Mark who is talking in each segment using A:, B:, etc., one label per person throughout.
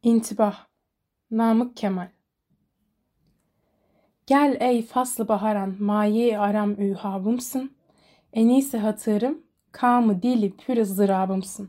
A: İntibah. Namık Kemal. Gel ey faslı baharan, maye aram ühabımsın. Enisi hatırım, kamı dili pür ızdırabımsın.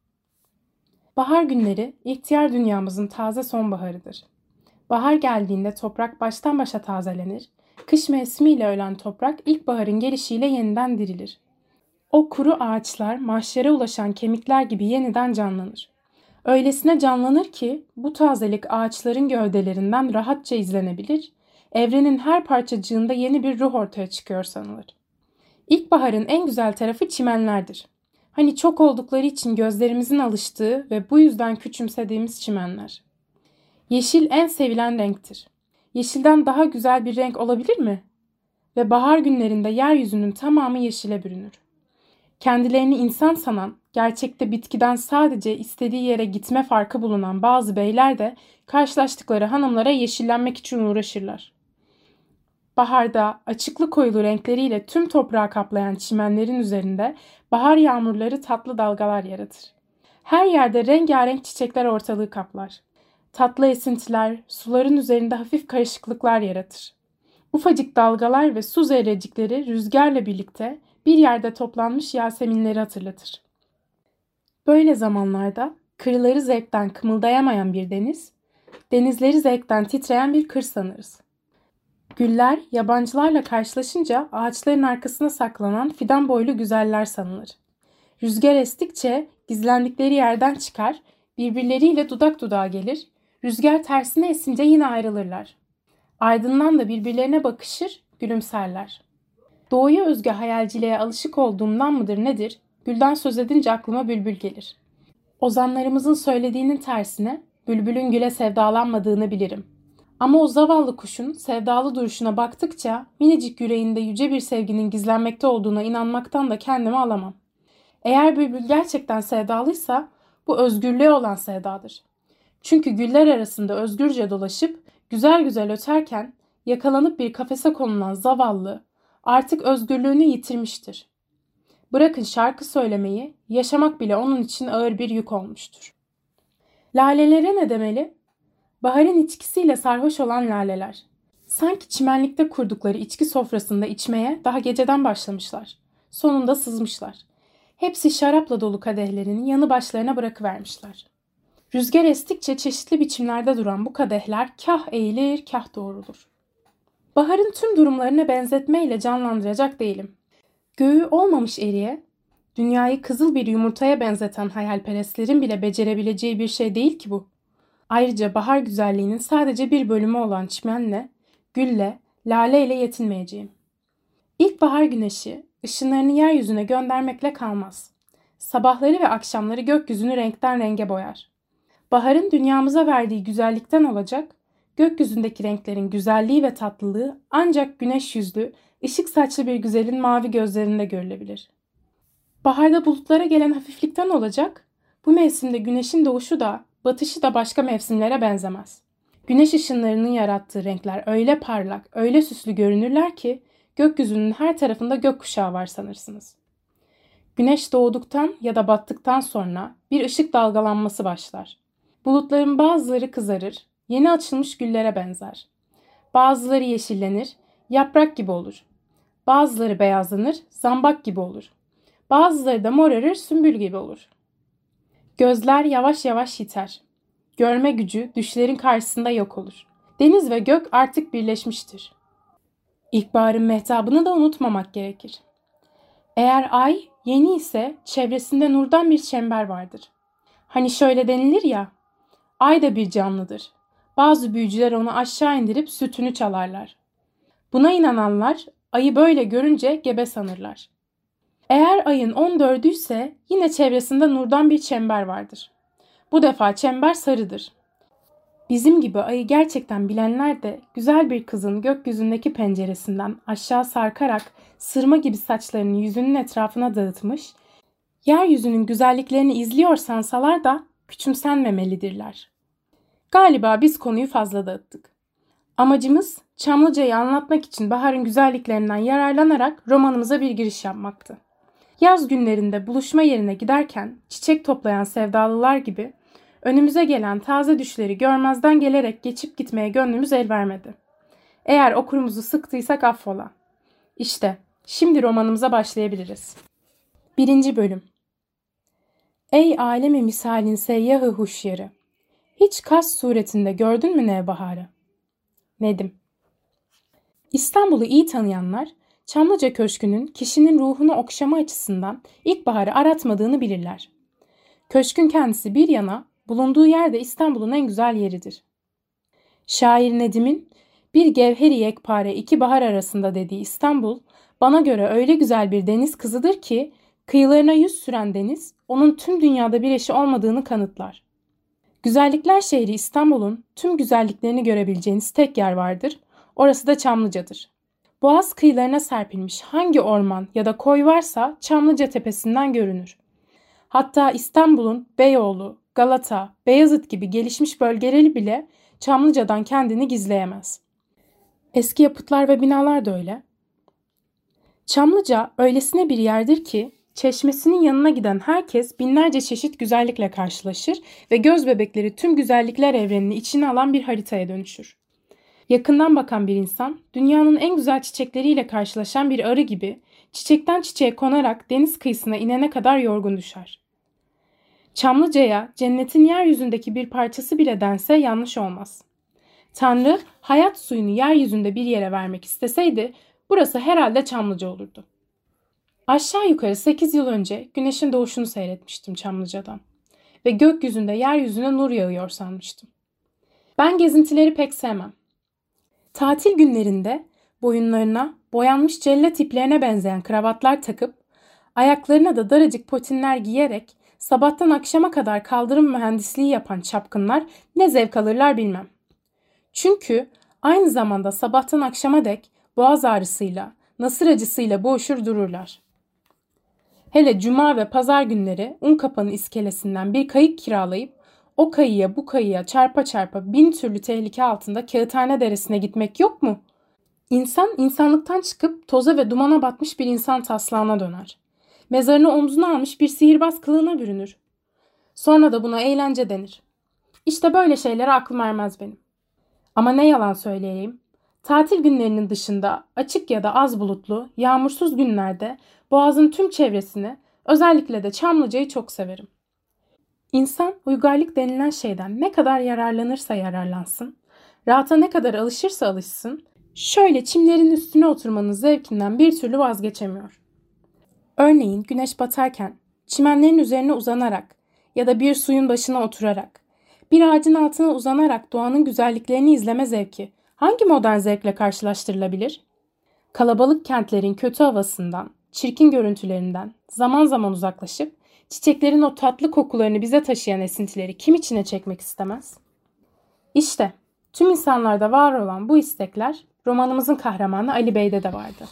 A: Bahar günleri ihtiyar dünyamızın taze sonbaharıdır. Bahar geldiğinde toprak baştan başa tazelenir. Kış mevsimiyle ölen toprak ilkbaharın gelişiyle yeniden dirilir. O kuru ağaçlar mahşere ulaşan kemikler gibi yeniden canlanır. Öylesine canlanır ki bu tazelik ağaçların gövdelerinden rahatça izlenebilir, evrenin her parçacığında yeni bir ruh ortaya çıkıyor sanılır. İlkbaharın en güzel tarafı çimenlerdir. Hani çok oldukları için gözlerimizin alıştığı ve bu yüzden küçümsediğimiz çimenler. Yeşil en sevilen renktir. Yeşilden daha güzel bir renk olabilir mi? Ve bahar günlerinde yeryüzünün tamamı yeşile bürünür. Kendilerini insan sanan, gerçekte bitkiden sadece istediği yere gitme farkı bulunan bazı beyler de karşılaştıkları hanımlara yeşillenmek için uğraşırlar. Baharda açıklı koyulu renkleriyle tüm toprağı kaplayan çimenlerin üzerinde bahar yağmurları tatlı dalgalar yaratır. Her yerde rengarenk çiçekler ortalığı kaplar. Tatlı esintiler suların üzerinde hafif karışıklıklar yaratır. Ufacık dalgalar ve su zerrecikleri rüzgarla birlikte bir yerde toplanmış yaseminleri hatırlatır. Böyle zamanlarda kırları zevkten kımıldayamayan bir deniz, denizleri zevkten titreyen bir kır sanırız. Güller yabancılarla karşılaşınca ağaçların arkasına saklanan fidan boylu güzeller sanılır. Rüzgar estikçe gizlendikleri yerden çıkar, birbirleriyle dudak dudağa gelir, rüzgar tersine esince yine ayrılırlar. Ardından da birbirlerine bakışır, gülümserler. Doğuya özgü hayalciliğe alışık olduğumdan mıdır nedir, gülden söz edince aklıma bülbül gelir. Ozanlarımızın söylediğinin tersine bülbülün güle sevdalanmadığını bilirim. Ama o zavallı kuşun sevdalı duruşuna baktıkça minicik yüreğinde yüce bir sevginin gizlenmekte olduğuna inanmaktan da kendimi alamam. Eğer bülbül gerçekten sevdalıysa bu özgürlüğe olan sevdadır. Çünkü güller arasında özgürce dolaşıp güzel güzel öterken yakalanıp bir kafese konulan zavallı artık özgürlüğünü yitirmiştir. Bırakın şarkı söylemeyi, yaşamak bile onun için ağır bir yük olmuştur. Lalelere ne demeli? Baharın içkisiyle sarhoş olan laleler. Sanki çimenlikte kurdukları içki sofrasında içmeye daha geceden başlamışlar. Sonunda sızmışlar. Hepsi şarapla dolu kadehlerini yanı başlarına bırakıvermişler. Rüzgar estikçe çeşitli biçimlerde duran bu kadehler kah eğilir, kah doğrulur. Baharın tüm durumlarına benzetmeyle canlandıracak değilim. Göğü olmamış eriye, dünyayı kızıl bir yumurtaya benzeten hayalperestlerin bile becerebileceği bir şey değil ki bu. Ayrıca bahar güzelliğinin sadece bir bölümü olan çimenle, gülle, lale ile yetinmeyeceğim. İlkbahar güneşi ışınlarını yeryüzüne göndermekle kalmaz. Sabahları ve akşamları gökyüzünü renkten renge boyar. Baharın dünyamıza verdiği güzellikten olacak, gökyüzündeki renklerin güzelliği ve tatlılığı ancak güneş yüzlü, ışık saçlı bir güzelin mavi gözlerinde görülebilir. Baharda bulutlara gelen hafiflikten olacak, bu mevsimde güneşin doğuşu da, batışı da başka mevsimlere benzemez. Güneş ışınlarının yarattığı renkler öyle parlak, öyle süslü görünürler ki, gökyüzünün her tarafında gökkuşağı var sanırsınız. Güneş doğduktan ya da battıktan sonra bir ışık dalgalanması başlar. Bulutların bazıları kızarır, yeni açılmış güllere benzer. Bazıları yeşillenir, yaprak gibi olur. Bazıları beyazlanır, zambak gibi olur. Bazıları da morarır, sümbül gibi olur. Gözler yavaş yavaş yiter. Görme gücü düşlerin karşısında yok olur. Deniz ve gök artık birleşmiştir. İlkbaharın mehtabını da unutmamak gerekir. Eğer ay yeni ise çevresinde nurdan bir çember vardır. Hani şöyle denilir ya, ay da bir canlıdır. Bazı büyücüler onu aşağı indirip sütünü çalarlar. Buna inananlar ayı böyle görünce gebe sanırlar. Eğer ayın 14'ü ise yine çevresinde nurdan bir çember vardır. Bu defa çember sarıdır. Bizim gibi ayı gerçekten bilenler de güzel bir kızın gökyüzündeki penceresinden aşağı sarkarak sırma gibi saçlarını yüzünün etrafına dağıtmış, yeryüzünün güzelliklerini izliyor sansalar da küçümsenmemelidirler. Galiba biz konuyu fazla dağıttık. Amacımız Çamlıca'yı anlatmak için baharın güzelliklerinden yararlanarak romanımıza bir giriş yapmaktı. Yaz günlerinde buluşma yerine giderken çiçek toplayan sevdalılar gibi Önümüze gelen taze düşleri görmezden gelerek geçip gitmeye gönlümüz el vermedi. Eğer okurumuzu sıktıysak affola. İşte şimdi romanımıza başlayabiliriz. 1. Bölüm. Ey alemi misalin seyyahı huşyarı, hiç kas suretinde gördün mü nevbaharı? Nedim. İstanbul'u iyi tanıyanlar, Çamlıca Köşkü'nün kişinin ruhunu okşama açısından ilkbaharı aratmadığını bilirler. Köşkün kendisi bir yana, bulunduğu yer de İstanbul'un en güzel yeridir. Şair Nedim'in bir gevheri yekpare iki bahar arasında dediği İstanbul, bana göre öyle güzel bir deniz kızıdır ki, kıyılarına yüz süren deniz, onun tüm dünyada bir eşi olmadığını kanıtlar. Güzellikler şehri İstanbul'un tüm güzelliklerini görebileceğiniz tek yer vardır, orası da Çamlıca'dır. Boğaz kıyılarına serpilmiş hangi orman ya da koy varsa Çamlıca tepesinden görünür. Hatta İstanbul'un Beyoğlu, Galata, Beyazıt gibi gelişmiş bölgeleri bile Çamlıca'dan kendini gizleyemez. Eski yapıtlar ve binalar da öyle. Çamlıca öylesine bir yerdir ki çeşmesinin yanına giden herkes binlerce çeşit güzellikle karşılaşır ve göz bebekleri tüm güzellikler evrenini içine alan bir haritaya dönüşür. Yakından bakan bir insan, dünyanın en güzel çiçekleriyle karşılaşan bir arı gibi çiçekten çiçeğe konarak deniz kıyısına inene kadar yorgun düşer. Çamlıca'ya cennetin yeryüzündeki bir parçası bile dense yanlış olmaz. Tanrı hayat suyunu yeryüzünde bir yere vermek isteseydi burası herhalde Çamlıca olurdu. Aşağı yukarı 8 yıl önce güneşin doğuşunu seyretmiştim Çamlıca'dan ve gökyüzünde yeryüzüne nur yağıyor sanmıştım. Ben gezintileri pek sevmem. Tatil günlerinde boyunlarına boyanmış cellat iplerine benzeyen kravatlar takıp, ayaklarına da daracık potinler giyerek sabahtan akşama kadar kaldırım mühendisliği yapan çapkınlar ne zevk alırlar bilmem. Çünkü aynı zamanda sabahtan akşama dek boğaz ağrısıyla, nasır acısıyla boğuşur dururlar. Hele cuma ve pazar günleri Unkapanı iskelesinden bir kayık kiralayıp o kayıya bu kayıya çarpa çarpa 1000 türlü tehlike altında Kağıthane Deresi'ne gitmek yok mu? İnsan insanlıktan çıkıp toza ve dumana batmış bir insan taslağına döner. Mezarını omzuna almış bir sihirbaz kılığına bürünür. Sonra da buna eğlence denir. İşte böyle şeylere aklım ermez benim. Ama ne yalan söyleyeyim, tatil günlerinin dışında açık ya da az bulutlu, yağmursuz günlerde Boğaz'ın tüm çevresini, özellikle de Çamlıca'yı çok severim. İnsan uygarlık denilen şeyden ne kadar yararlanırsa yararlansın, rahata ne kadar alışırsa alışsın, şöyle çimlerin üstüne oturmanın zevkinden bir türlü vazgeçemiyor. Örneğin güneş batarken çimenlerin üzerine uzanarak ya da bir suyun başına oturarak, bir ağacın altına uzanarak doğanın güzelliklerini izleme zevki hangi modern zevkle karşılaştırılabilir? Kalabalık kentlerin kötü havasından, çirkin görüntülerinden zaman zaman uzaklaşıp çiçeklerin o tatlı kokularını bize taşıyan esintileri kim içine çekmek istemez? İşte tüm insanlarda var olan bu istekler romanımızın kahramanı Ali Bey'de de vardı.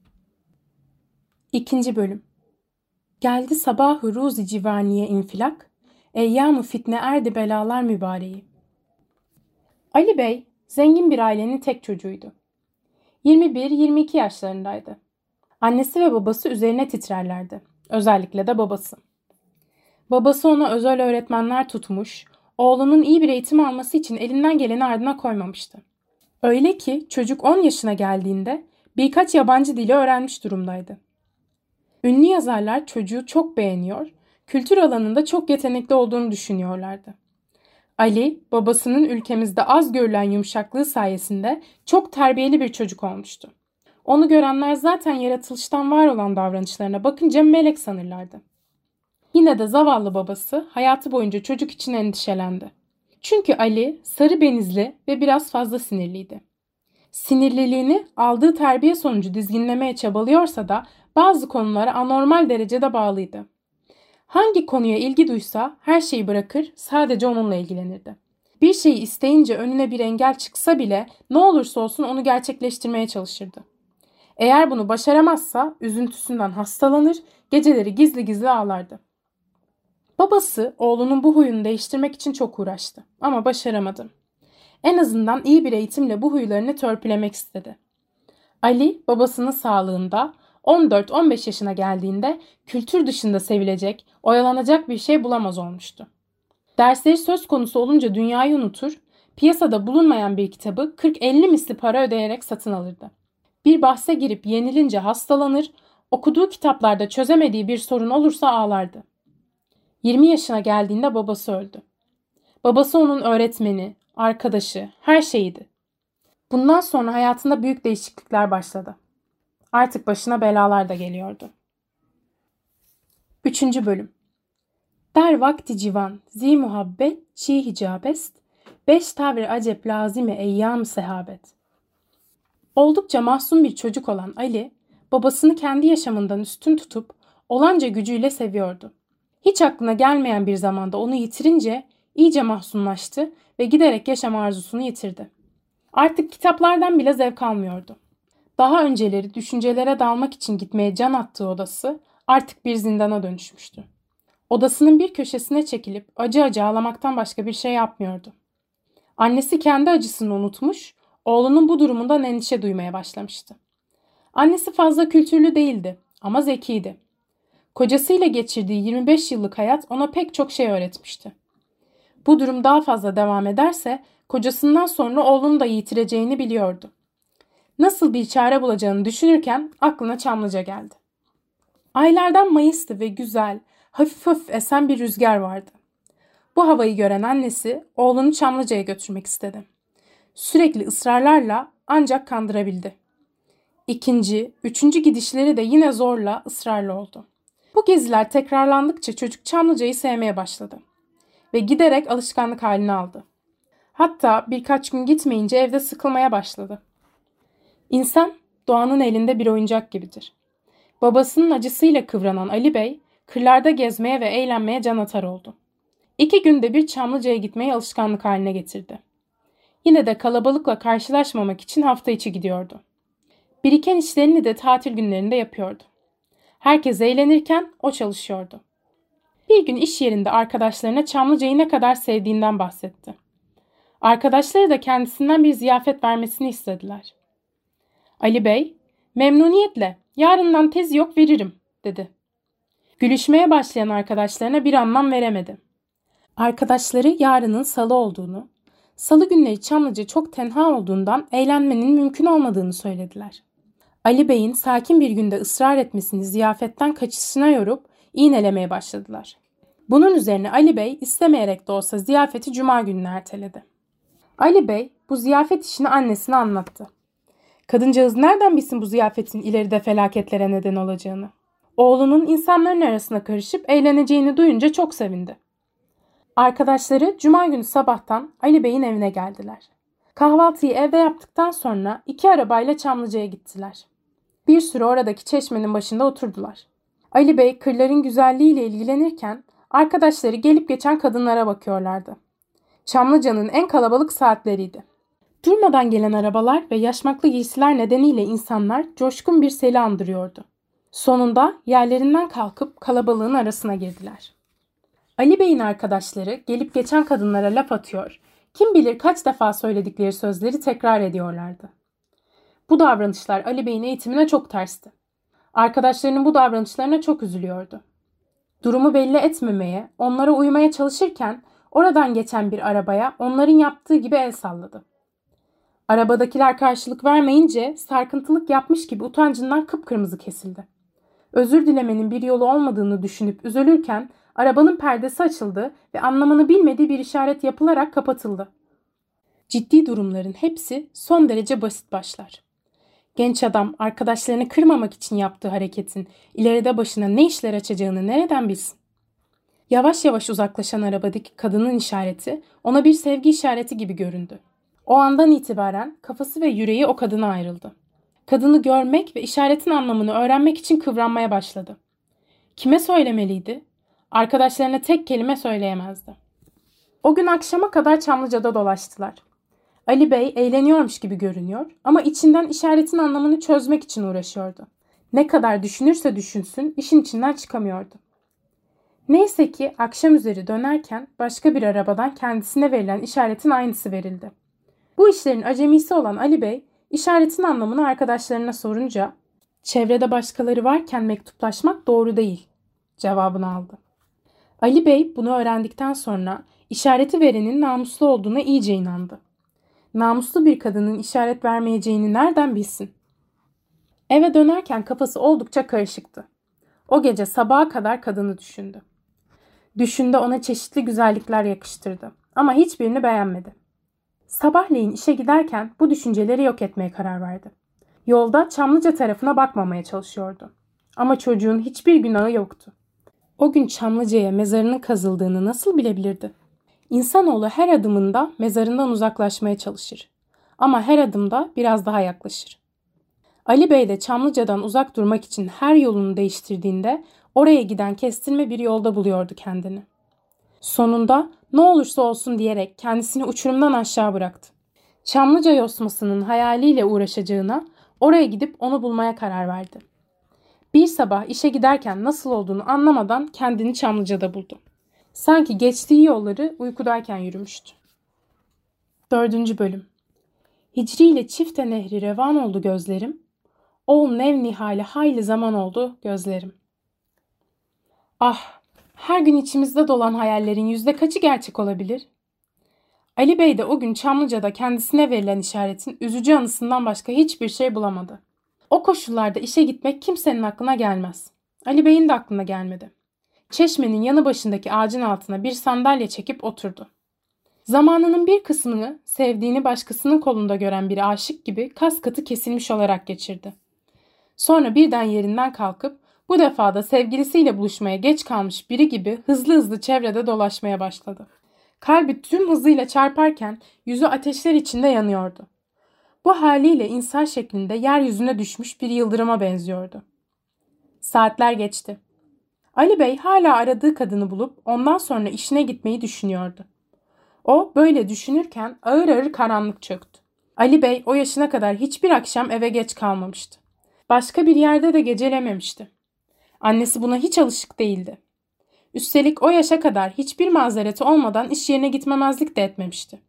A: 2. Bölüm. Geldi sabah-ı ruzi civaniye infilak, eyyam-ı fitne erdi belalar mübareği. Ali Bey zengin bir ailenin tek çocuğuydu. 21-22 yaşlarındaydı. Annesi ve babası üzerine titrerlerdi. Özellikle de babası. Babası ona özel öğretmenler tutmuş, oğlunun iyi bir eğitim alması için elinden geleni ardına koymamıştı. Öyle ki çocuk 10 yaşına geldiğinde birkaç yabancı dili öğrenmiş durumdaydı. Ünlü yazarlar çocuğu çok beğeniyor, kültür alanında çok yetenekli olduğunu düşünüyorlardı. Ali, babasının ülkemizde az görülen yumuşaklığı sayesinde çok terbiyeli bir çocuk olmuştu. Onu görenler zaten yaratılıştan var olan davranışlarına bakınca melek sanırlardı. Yine de zavallı babası hayatı boyunca çocuk için endişelendi. Çünkü Ali sarı benizli ve biraz fazla sinirliydi. Sinirliliğini aldığı terbiye sonucu dizginlemeye çabalıyorsa da bazı konulara anormal derecede bağlıydı. Hangi konuya ilgi duysa her şeyi bırakır, sadece onunla ilgilenirdi. Bir şeyi isteyince önüne bir engel çıksa bile ne olursa olsun onu gerçekleştirmeye çalışırdı. Eğer bunu başaramazsa üzüntüsünden hastalanır, geceleri gizli gizli ağlardı. Babası oğlunun bu huyunu değiştirmek için çok uğraştı ama başaramadı. En azından iyi bir eğitimle bu huylarını törpülemek istedi. Ali babasının sağlığında 14-15 yaşına geldiğinde kültür dışında sevilecek, oyalanacak bir şey bulamaz olmuştu. Dersleri söz konusu olunca dünyayı unutur, piyasada bulunmayan bir kitabı 40-50 misli para ödeyerek satın alırdı. Bir bahse girip yenilince hastalanır, okuduğu kitaplarda çözemediği bir sorun olursa ağlardı. 20 yaşına geldiğinde babası öldü. Babası onun öğretmeni, arkadaşı, her şeyiydi. Bundan sonra hayatında büyük değişiklikler başladı. Artık başına belalar da geliyordu. 3. Bölüm. Der vakti civan, zi muhabbet, çi hicabest, beş tavri acep lazime eyyam sehabet. Oldukça mahzun bir çocuk olan Ali, babasını kendi yaşamından üstün tutup olanca gücüyle seviyordu. Hiç aklına gelmeyen bir zamanda onu yitirince iyice mahzunlaştı ve giderek yaşam arzusunu yitirdi. Artık kitaplardan bile zevk almıyordu. Daha önceleri düşüncelere dalmak için gitmeye can attığı odası artık bir zindana dönüşmüştü. Odasının bir köşesine çekilip acı acı ağlamaktan başka bir şey yapmıyordu. Annesi kendi acısını unutmuş, oğlunun bu durumundan endişe duymaya başlamıştı. Annesi fazla kültürlü değildi ama zekiydi. Kocasıyla geçirdiği 25 yıllık hayat ona pek çok şey öğretmişti. Bu durum daha fazla devam ederse kocasından sonra oğlunu da yitireceğini biliyordu. Nasıl bir çare bulacağını düşünürken aklına Çamlıca geldi. Aylardan Mayıs'tı ve güzel, hafif hafif esen bir rüzgar vardı. Bu havayı gören annesi oğlunu Çamlıca'ya götürmek istedi. Sürekli ısrarlarla ancak kandırabildi. İkinci, üçüncü gidişleri de yine zorla, ısrarlı oldu. Bu geziler tekrarlandıkça çocuk Çamlıca'yı sevmeye başladı ve giderek alışkanlık halini aldı. Hatta birkaç gün gitmeyince evde sıkılmaya başladı. İnsan doğanın elinde bir oyuncak gibidir. Babasının acısıyla kıvranan Ali Bey, kırlarda gezmeye ve eğlenmeye can atar oldu. 2 günde bir Çamlıca'ya gitmeyi alışkanlık haline getirdi. Yine de kalabalıkla karşılaşmamak için hafta içi gidiyordu. Biriken işlerini de tatil günlerinde yapıyordu. Herkes eğlenirken o çalışıyordu. Bir gün iş yerinde arkadaşlarına Çamlıca'yı ne kadar sevdiğinden bahsetti. Arkadaşları da kendisinden bir ziyafet vermesini istediler. Ali Bey, memnuniyetle, yarından tez yok veririm, dedi. Gülüşmeye başlayan arkadaşlarına bir anlam veremedi. Arkadaşları yarının salı olduğunu, salı günleri Çamlıca çok tenha olduğundan eğlenmenin mümkün olmadığını söylediler. Ali Bey'in sakin bir günde ısrar etmesini ziyafetten kaçışına yorup iğnelemeye başladılar. Bunun üzerine Ali Bey istemeyerek de olsa ziyafeti cuma gününe erteledi. Ali Bey bu ziyafet işini annesine anlattı. Kadıncağız nereden bilsin bu ziyafetin ileride felaketlere neden olacağını? Oğlunun insanların arasına karışıp eğleneceğini duyunca çok sevindi. Arkadaşları cuma günü sabahtan Ali Bey'in evine geldiler. Kahvaltıyı evde yaptıktan sonra 2 arabayla Çamlıca'ya gittiler. Bir süre oradaki çeşmenin başında oturdular. Ali Bey kırların güzelliğiyle ilgilenirken arkadaşları gelip geçen kadınlara bakıyorlardı. Çamlıca'nın en kalabalık saatleriydi. Durmadan gelen arabalar ve yaşmaklı giysiler nedeniyle insanlar coşkun bir seli andırıyordu. Sonunda yerlerinden kalkıp kalabalığın arasına girdiler. Ali Bey'in arkadaşları gelip geçen kadınlara laf atıyor, kim bilir kaç defa söyledikleri sözleri tekrar ediyorlardı. Bu davranışlar Ali Bey'in eğitimine çok tersti. Arkadaşlarının bu davranışlarına çok üzülüyordu. Durumu belli etmemeye, onlara uymaya çalışırken oradan geçen bir arabaya onların yaptığı gibi el salladı. Arabadakiler karşılık vermeyince sarkıntılık yapmış gibi utancından kıpkırmızı kesildi. Özür dilemenin bir yolu olmadığını düşünüp üzülürken arabanın perdesi açıldı ve anlamını bilmediği bir işaret yapılarak kapatıldı. Ciddi durumların hepsi son derece basit başlar. Genç adam arkadaşlarını kırmamak için yaptığı hareketin ileride başına ne işler açacağını nereden bilsin? Yavaş yavaş uzaklaşan arabadaki kadının işareti ona bir sevgi işareti gibi göründü. O andan itibaren kafası ve yüreği o kadına ayrıldı. Kadını görmek ve işaretin anlamını öğrenmek için kıvranmaya başladı. Kime söylemeliydi? Arkadaşlarına tek kelime söyleyemezdi. O gün akşama kadar Çamlıca'da dolaştılar. Ali Bey eğleniyormuş gibi görünüyor ama içinden işaretin anlamını çözmek için uğraşıyordu. Ne kadar düşünürse düşünsün işin içinden çıkamıyordu. Neyse ki akşam üzeri dönerken başka bir arabadan kendisine verilen işaretin aynısı verildi. Bu işlerin acemisi olan Ali Bey işaretin anlamını arkadaşlarına sorunca "Çevrede başkaları varken mektuplaşmak doğru değil" cevabını aldı. Ali Bey bunu öğrendikten sonra İşareti verenin namuslu olduğuna iyice inandı. Namuslu bir kadının işaret vermeyeceğini nereden bilsin? Eve dönerken kafası oldukça karışıktı. O gece sabaha kadar kadını düşündü. Düşünde ona çeşitli güzellikler yakıştırdı ama hiçbirini beğenmedi. Sabahleyin işe giderken bu düşünceleri yok etmeye karar verdi. Yolda Çamlıca tarafına bakmamaya çalışıyordu. Ama çocuğun hiçbir günahı yoktu. O gün Çamlıca'ya mezarının kazıldığını nasıl bilebilirdi? İnsanoğlu her adımında mezarından uzaklaşmaya çalışır. Ama her adımda biraz daha yaklaşır. Ali Bey de Çamlıca'dan uzak durmak için her yolunu değiştirdiğinde oraya giden kestirme bir yolda buluyordu kendini. Sonunda ne olursa olsun diyerek kendisini uçurumdan aşağı bıraktı. Çamlıca yosmasının hayaliyle uğraşacağına oraya gidip onu bulmaya karar verdi. Bir sabah işe giderken nasıl olduğunu anlamadan kendini Çamlıca'da buldu. Sanki geçtiği yolları uykudayken yürümüştü. 4. Bölüm. Hicri ile Çifte Nehri revan oldu gözlerim. Ol nev nihali hayli zaman oldu gözlerim. Ah, her gün içimizde dolan hayallerin yüzde kaçı gerçek olabilir? Ali Bey de o gün Çamlıca'da kendisine verilen işaretin üzücü anısından başka hiçbir şey bulamadı. O koşullarda işe gitmek kimsenin aklına gelmez. Ali Bey'in de aklına gelmedi. Çeşmenin yanı başındaki ağacın altına bir sandalye çekip oturdu. Zamanının bir kısmını sevdiğini başkasının kolunda gören bir aşık gibi kas katı kesilmiş olarak geçirdi. Sonra birden yerinden kalkıp bu defa da sevgilisiyle buluşmaya geç kalmış biri gibi hızlı hızlı çevrede dolaşmaya başladı. Kalbi tüm hızıyla çarparken yüzü ateşler içinde yanıyordu. Bu haliyle insan şeklinde yeryüzüne düşmüş bir yıldırıma benziyordu. Saatler geçti. Ali Bey hala aradığı kadını bulup ondan sonra işine gitmeyi düşünüyordu. O böyle düşünürken ağır ağır karanlık çöktü. Ali Bey o yaşına kadar hiçbir akşam eve geç kalmamıştı. Başka bir yerde de gecelememişti. Annesi buna hiç alışık değildi. Üstelik o yaşa kadar hiçbir mazereti olmadan iş yerine gitmemezlik de etmemişti.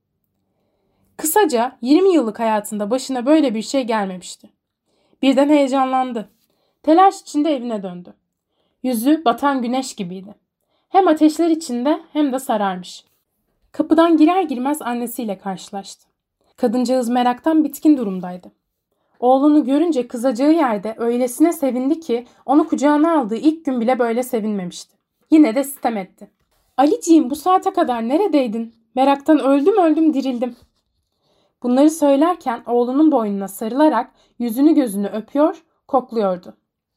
A: Kısaca 20 yıllık hayatında başına böyle bir şey gelmemişti. Birden heyecanlandı. Telaş içinde evine döndü. Yüzü batan güneş gibiydi. Hem ateşler içinde hem de sararmış. Kapıdan girer girmez annesiyle karşılaştı. Kadıncağız meraktan bitkin durumdaydı. Oğlunu görünce kızacağı yerde öylesine sevindi ki onu kucağına aldığı ilk gün bile böyle sevinmemişti. Yine de sitem etti. "Aliciğim, bu saate kadar neredeydin? Meraktan öldüm dirildim." Bunları söylerken oğlunun boynuna sarılarak yüzünü gözünü öpüyor, kokluyordu.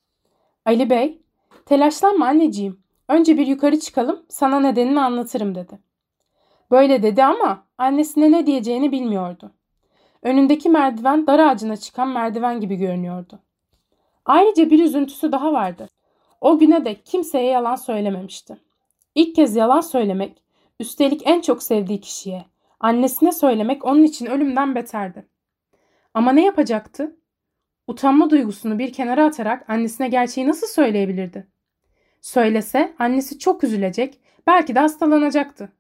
A: Ali Bey, "Telaşlanma anneciğim. Önce bir yukarı çıkalım, sana nedenini anlatırım," dedi. Böyle dedi ama annesine ne diyeceğini bilmiyordu. Önündeki merdiven dar ağacına çıkan merdiven gibi görünüyordu. Ayrıca bir üzüntüsü daha vardı. O güne dek kimseye yalan söylememişti. İlk kez yalan söylemek, üstelik en çok sevdiği kişiye, annesine söylemek onun için ölümden beterdi. Ama ne yapacaktı? Utanma duygusunu bir kenara atarak annesine gerçeği nasıl söyleyebilirdi? Söylese annesi çok üzülecek, belki de hastalanacaktı.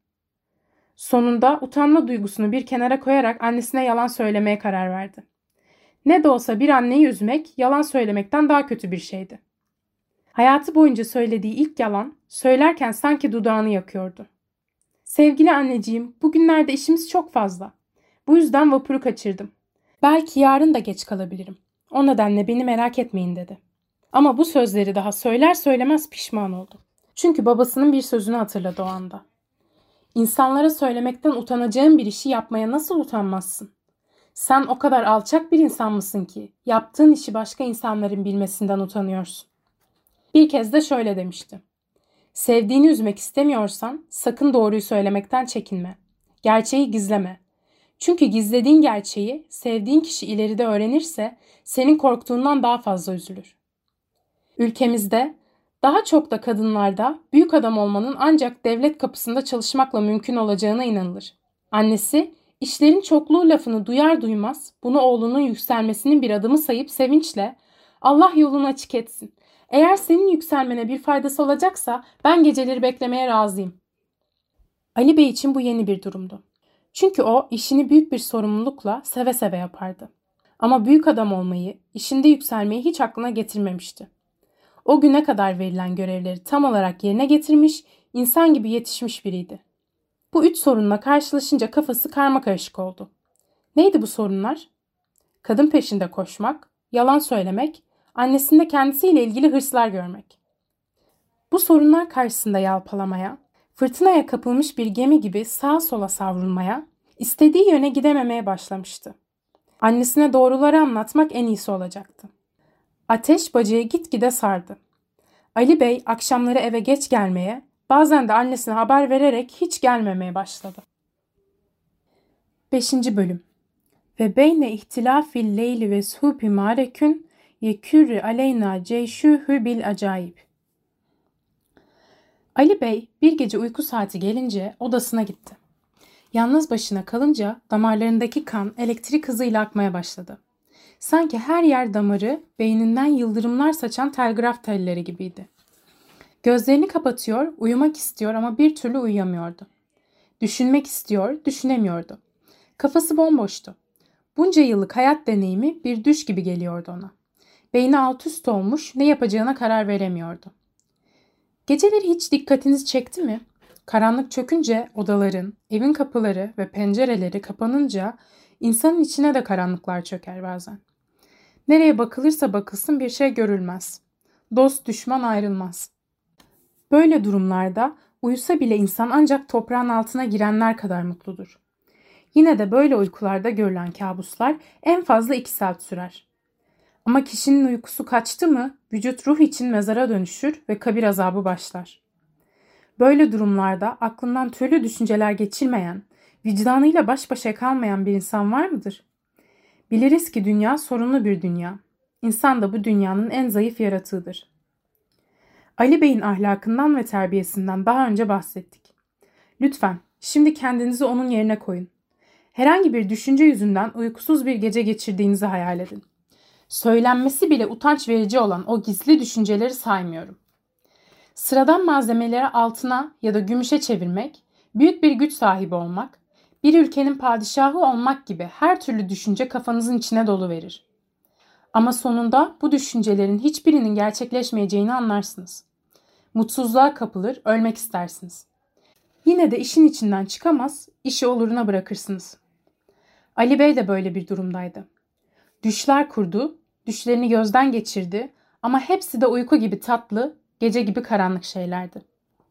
A: Sonunda utanma duygusunu bir kenara koyarak annesine yalan söylemeye karar verdi. Ne de olsa bir anneyi üzmek yalan söylemekten daha kötü bir şeydi. Hayatı boyunca söylediği ilk yalan söylerken sanki dudağını yakıyordu. "Sevgili anneciğim, bugünlerde işimiz çok fazla. Bu yüzden vapuru kaçırdım. Belki yarın da geç kalabilirim. O nedenle beni merak etmeyin," dedi. Ama bu sözleri daha söyler söylemez pişman oldu. Çünkü babasının bir sözünü hatırladı o anda. "İnsanlara söylemekten utanacağın bir işi yapmaya nasıl utanmazsın? Sen o kadar alçak bir insan mısın ki yaptığın işi başka insanların bilmesinden utanıyorsun?" Bir kez de şöyle demişti. "Sevdiğini üzmek istemiyorsan sakın doğruyu söylemekten çekinme. Gerçeği gizleme. Çünkü gizlediğin gerçeği sevdiğin kişi ileride öğrenirse senin korktuğundan daha fazla üzülür." Ülkemizde, daha çok da kadınlarda büyük adam olmanın ancak devlet kapısında çalışmakla mümkün olacağına inanılır. Annesi, işlerin çokluğu lafını duyar duymaz bunu oğlunun yükselmesinin bir adımı sayıp sevinçle "Allah yolunu açık etsin. Eğer senin yükselmene bir faydası olacaksa ben geceleri beklemeye razıyım." Ali Bey için bu yeni bir durumdu. Çünkü o işini büyük bir sorumlulukla seve seve yapardı. Ama büyük adam olmayı, işinde yükselmeyi hiç aklına getirmemişti. O güne kadar verilen görevleri tam olarak yerine getirmiş, insan gibi yetişmiş biriydi. Bu 3 sorunla karşılaşınca kafası karmakarışık oldu. Neydi bu sorunlar? Kadın peşinde koşmak, yalan söylemek, annesinde kendisiyle ilgili hırslar görmek. Bu sorunlar karşısında yalpalamaya, fırtınaya kapılmış bir gemi gibi sağa sola savrulmaya, istediği yöne gidememeye başlamıştı. Annesine doğruları anlatmak en iyisi olacaktı. Ateş bacayı gitgide sardı. Ali Bey akşamları eve geç gelmeye, bazen de annesine haber vererek hiç gelmemeye başladı. 5. Bölüm Ve beyne ihtilafil leyli ve suhubi marekün yekürri aleyna ceyşühü bil acayip. Ali Bey bir gece uyku saati gelince odasına gitti. Yalnız başına kalınca damarlarındaki kan elektrik hızıyla akmaya başladı. Sanki her yer damarı, beyninden yıldırımlar saçan telgraf telleri gibiydi. Gözlerini kapatıyor, uyumak istiyor ama bir türlü uyuyamıyordu. Düşünmek istiyor, düşünemiyordu. Kafası bomboştu. Bunca yıllık hayat deneyimi bir düş gibi geliyordu ona. Beyni alt üst olmuş, ne yapacağına karar veremiyordu. Geceleri hiç dikkatinizi çekti mi? Karanlık çökünce odaların, evin kapıları ve pencereleri kapanınca insanın içine de karanlıklar çöker bazen. Nereye bakılırsa bakılsın bir şey görülmez. Dost düşman ayrılmaz. Böyle durumlarda uyusa bile insan ancak toprağın altına girenler kadar mutludur. Yine de böyle uykularda görülen kabuslar en fazla 2 saat sürer. Ama kişinin uykusu kaçtı mı vücut ruh için mezara dönüşür ve kabir azabı başlar. Böyle durumlarda aklından türlü düşünceler geçirmeyen, vicdanıyla baş başa kalmayan bir insan var mıdır? Biliriz ki dünya sorunlu bir dünya. İnsan da bu dünyanın en zayıf yaratığıdır. Ali Bey'in ahlakından ve terbiyesinden daha önce bahsettik. Lütfen şimdi kendinizi onun yerine koyun. Herhangi bir düşünce yüzünden uykusuz bir gece geçirdiğinizi hayal edin. Söylenmesi bile utanç verici olan o gizli düşünceleri saymıyorum. Sıradan malzemeleri altına ya da gümüşe çevirmek, büyük bir güç sahibi olmak, bir ülkenin padişahı olmak gibi her türlü düşünce kafanızın içine doluverir. Ama sonunda bu düşüncelerin hiçbirinin gerçekleşmeyeceğini anlarsınız. Mutsuzluğa kapılır, ölmek istersiniz. Yine de işin içinden çıkamaz, işi oluruna bırakırsınız. Ali Bey de böyle bir durumdaydı. Düşler kurdu, düşlerini gözden geçirdi ama hepsi de uyku gibi tatlı, gece gibi karanlık şeylerdi.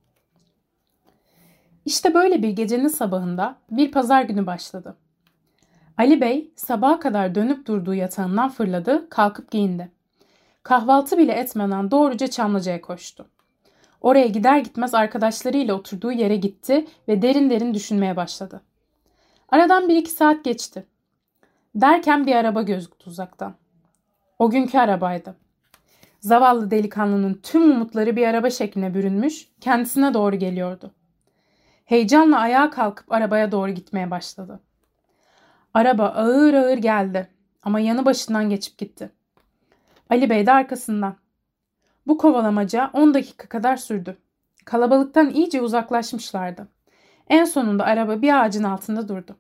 A: İşte böyle bir gecenin sabahında bir pazar günü başladı. Ali Bey sabaha kadar dönüp durduğu yatağından fırladı, kalkıp giyindi. Kahvaltı bile etmeden doğruca Çamlıca'ya koştu. Oraya gider gitmez arkadaşlarıyla oturduğu yere gitti ve derin derin düşünmeye başladı. Aradan 1-2 saat geçti. Derken bir araba gözüktü uzaktan. O günkü arabaydı. Zavallı delikanlının tüm umutları bir araba şekline bürünmüş, kendisine doğru geliyordu. Heyecanla ayağa kalkıp arabaya doğru gitmeye başladı. Araba ağır ağır geldi ama yanı başından geçip gitti. Ali Bey de arkasından. Bu kovalamaca 10 dakika kadar sürdü. Kalabalıktan iyice uzaklaşmışlardı. En sonunda araba bir ağacın altında durdu.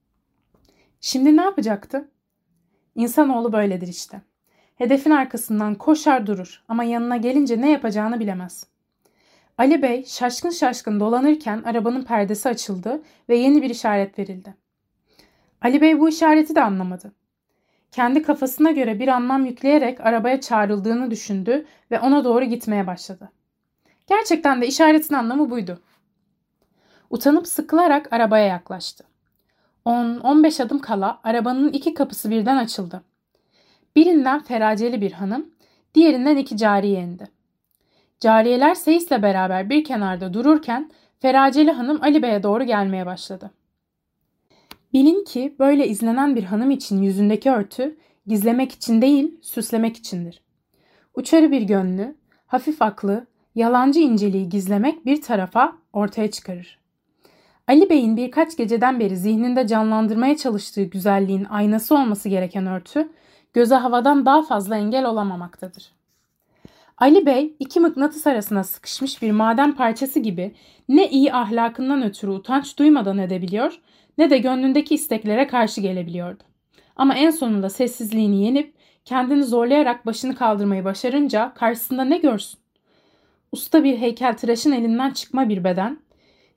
A: Şimdi ne yapacaktı? İnsanoğlu böyledir işte. Hedefin arkasından koşar durur ama yanına gelince ne yapacağını bilemez. Ali Bey şaşkın şaşkın dolanırken arabanın perdesi açıldı ve yeni bir işaret verildi. Ali Bey bu işareti de anlamadı. Kendi kafasına göre bir anlam yükleyerek arabaya çağrıldığını düşündü ve ona doğru gitmeye başladı. Gerçekten de işaretin anlamı buydu. Utanıp sıkılarak arabaya yaklaştı. 10-15 adım kala arabanın 2 kapısı birden açıldı. Birinden feraceli bir hanım, diğerinden 2 cariye indi. Cariyeler seyisle beraber bir kenarda dururken feraceli hanım Ali Bey'e doğru gelmeye başladı. Bilin ki böyle izlenen bir hanım için yüzündeki örtü gizlemek için değil, süslemek içindir. Uçarı bir gönlü, hafif aklı, yalancı inceliği gizlemek bir tarafa ortaya çıkarır. Ali Bey'in birkaç geceden beri zihninde canlandırmaya çalıştığı güzelliğin aynası olması gereken örtü, göze havadan daha fazla engel olamamaktadır. Ali Bey 2 mıknatıs arasına sıkışmış bir maden parçası gibi ne iyi ahlakından ötürü utanç duymadan edebiliyor ne de gönlündeki isteklere karşı gelebiliyordu. Ama en sonunda sessizliğini yenip kendini zorlayarak başını kaldırmayı başarınca karşısında ne görsün? Usta bir heykeltıraşın elinden çıkma bir beden,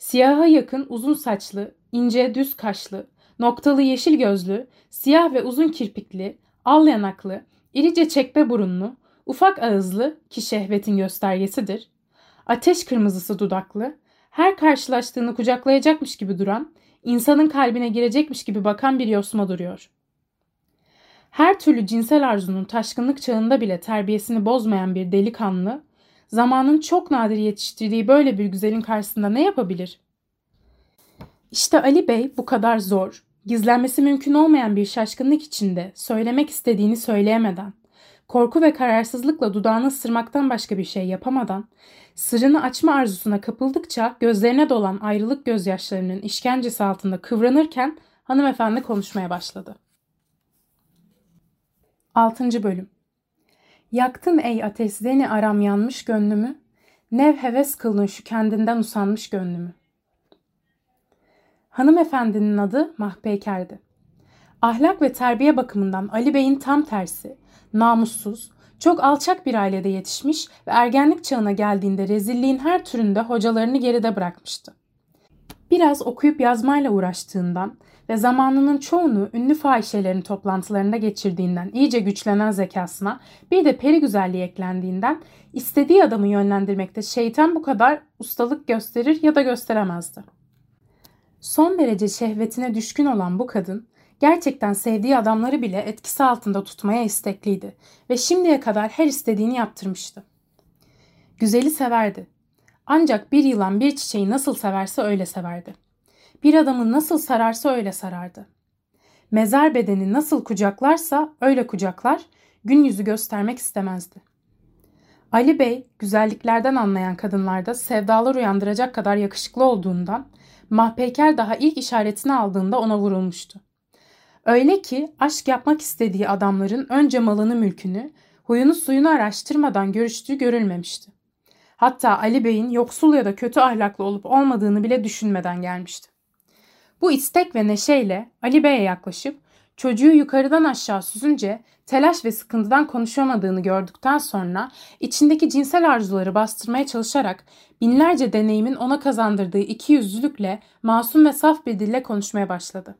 A: Siyaha yakın uzun saçlı, ince düz kaşlı, noktalı yeşil gözlü, siyah ve uzun kirpikli, al yanaklı, irice çekme burunlu, ufak ağızlı ki şehvetin göstergesidir. Ateş kırmızısı dudaklı, her karşılaştığını kucaklayacakmış gibi duran, insanın kalbine girecekmiş gibi bakan bir yosma duruyor. Her türlü cinsel arzunun taşkınlık çağında bile terbiyesini bozmayan bir delikanlı, zamanın çok nadir yetiştirdiği böyle bir güzelin karşısında ne yapabilir? İşte Ali Bey bu kadar zor, gizlenmesi mümkün olmayan bir şaşkınlık içinde söylemek istediğini söyleyemeden, korku ve kararsızlıkla dudağını ısırmaktan başka bir şey yapamadan, sırrını açma arzusuna kapıldıkça gözlerine dolan ayrılık gözyaşlarının işkencesi altında kıvranırken hanımefendi konuşmaya başladı. 6. Bölüm. Yaktın ey ateş zeni aram yanmış gönlümü, nev heves kıldın şu kendinden usanmış gönlümü. Hanımefendinin adı Mahpeyker'di. Ahlak ve terbiye bakımından Ali Bey'in tam tersi, namussuz, çok alçak bir ailede yetişmiş ve ergenlik çağına geldiğinde rezilliğin her türünde hocalarını geride bırakmıştı. Biraz okuyup yazmayla uğraştığından ve zamanının çoğunu ünlü fahişelerin toplantılarında geçirdiğinden iyice güçlenen zekasına bir de peri güzelliği eklendiğinden istediği adamı yönlendirmekte şeytan bu kadar ustalık gösterir ya da gösteremezdi. Son derece şehvetine düşkün olan bu kadın gerçekten sevdiği adamları bile etkisi altında tutmaya istekliydi ve şimdiye kadar her istediğini yaptırmıştı. Güzeli severdi. Ancak bir yılan bir çiçeği nasıl severse öyle severdi. Bir adamı nasıl sararsa öyle sarardı. Mezar bedeni nasıl kucaklarsa öyle kucaklar, gün yüzü göstermek istemezdi. Ali Bey, güzelliklerden anlayan kadınlarda sevdalar uyandıracak kadar yakışıklı olduğundan, Mahpeyker daha ilk işaretini aldığında ona vurulmuştu. Öyle ki aşk yapmak istediği adamların önce malını mülkünü, huyunu suyunu araştırmadan görüştüğü görülmemişti. Hatta Ali Bey'in yoksul ya da kötü ahlaklı olup olmadığını bile düşünmeden gelmişti. Bu istek ve neşeyle Ali Bey'e yaklaşıp çocuğu yukarıdan aşağı süzünce telaş ve sıkıntıdan konuşamadığını gördükten sonra içindeki cinsel arzuları bastırmaya çalışarak binlerce deneyimin ona kazandırdığı ikiyüzlülükle masum ve saf bir dille konuşmaya başladı.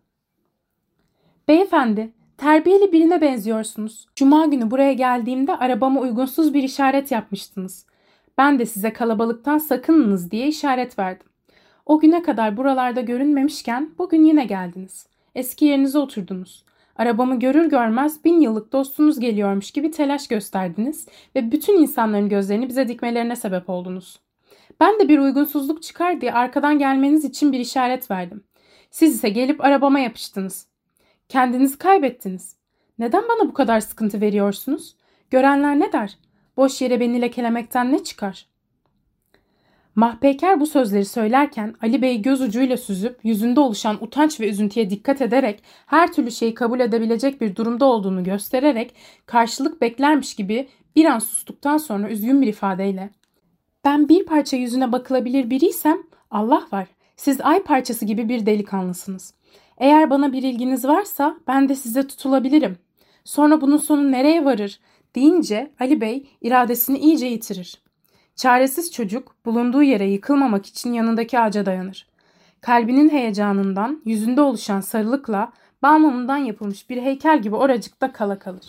A: Beyefendi, terbiyeli birine benziyorsunuz. Cuma günü buraya geldiğimde arabama uygunsuz bir işaret yapmıştınız. Ben de size kalabalıktan sakınınız diye işaret verdim. O güne kadar buralarda görünmemişken bugün yine geldiniz. Eski yerinize oturdunuz. Arabamı görür görmez 1000 yıllık dostunuz geliyormuş gibi telaş gösterdiniz ve bütün insanların gözlerini bize dikmelerine sebep oldunuz. Ben de bir uygunsuzluk çıkar diye arkadan gelmeniz için bir işaret verdim. Siz ise gelip arabama yapıştınız. Kendinizi kaybettiniz. Neden bana bu kadar sıkıntı veriyorsunuz? Görenler ne der? Boş yere beni lekelemekten ne çıkar? Mahpeyker bu sözleri söylerken Ali Bey göz ucuyla süzüp yüzünde oluşan utanç ve üzüntüye dikkat ederek her türlü şeyi kabul edebilecek bir durumda olduğunu göstererek karşılık beklermiş gibi bir an sustuktan sonra üzgün bir ifadeyle "Ben bir parça yüzüne bakılabilir biriysem Allah var. Siz ay parçası gibi bir delikanlısınız. Eğer bana bir ilginiz varsa ben de size tutulabilirim. Sonra bunun sonu nereye varır?" deyince Ali Bey iradesini iyice yitirir. Çaresiz çocuk bulunduğu yere yıkılmamak için yanındaki ağaca dayanır. Kalbinin heyecanından yüzünde oluşan sarılıkla bal mumundan yapılmış bir heykel gibi oracıkta kala kalır.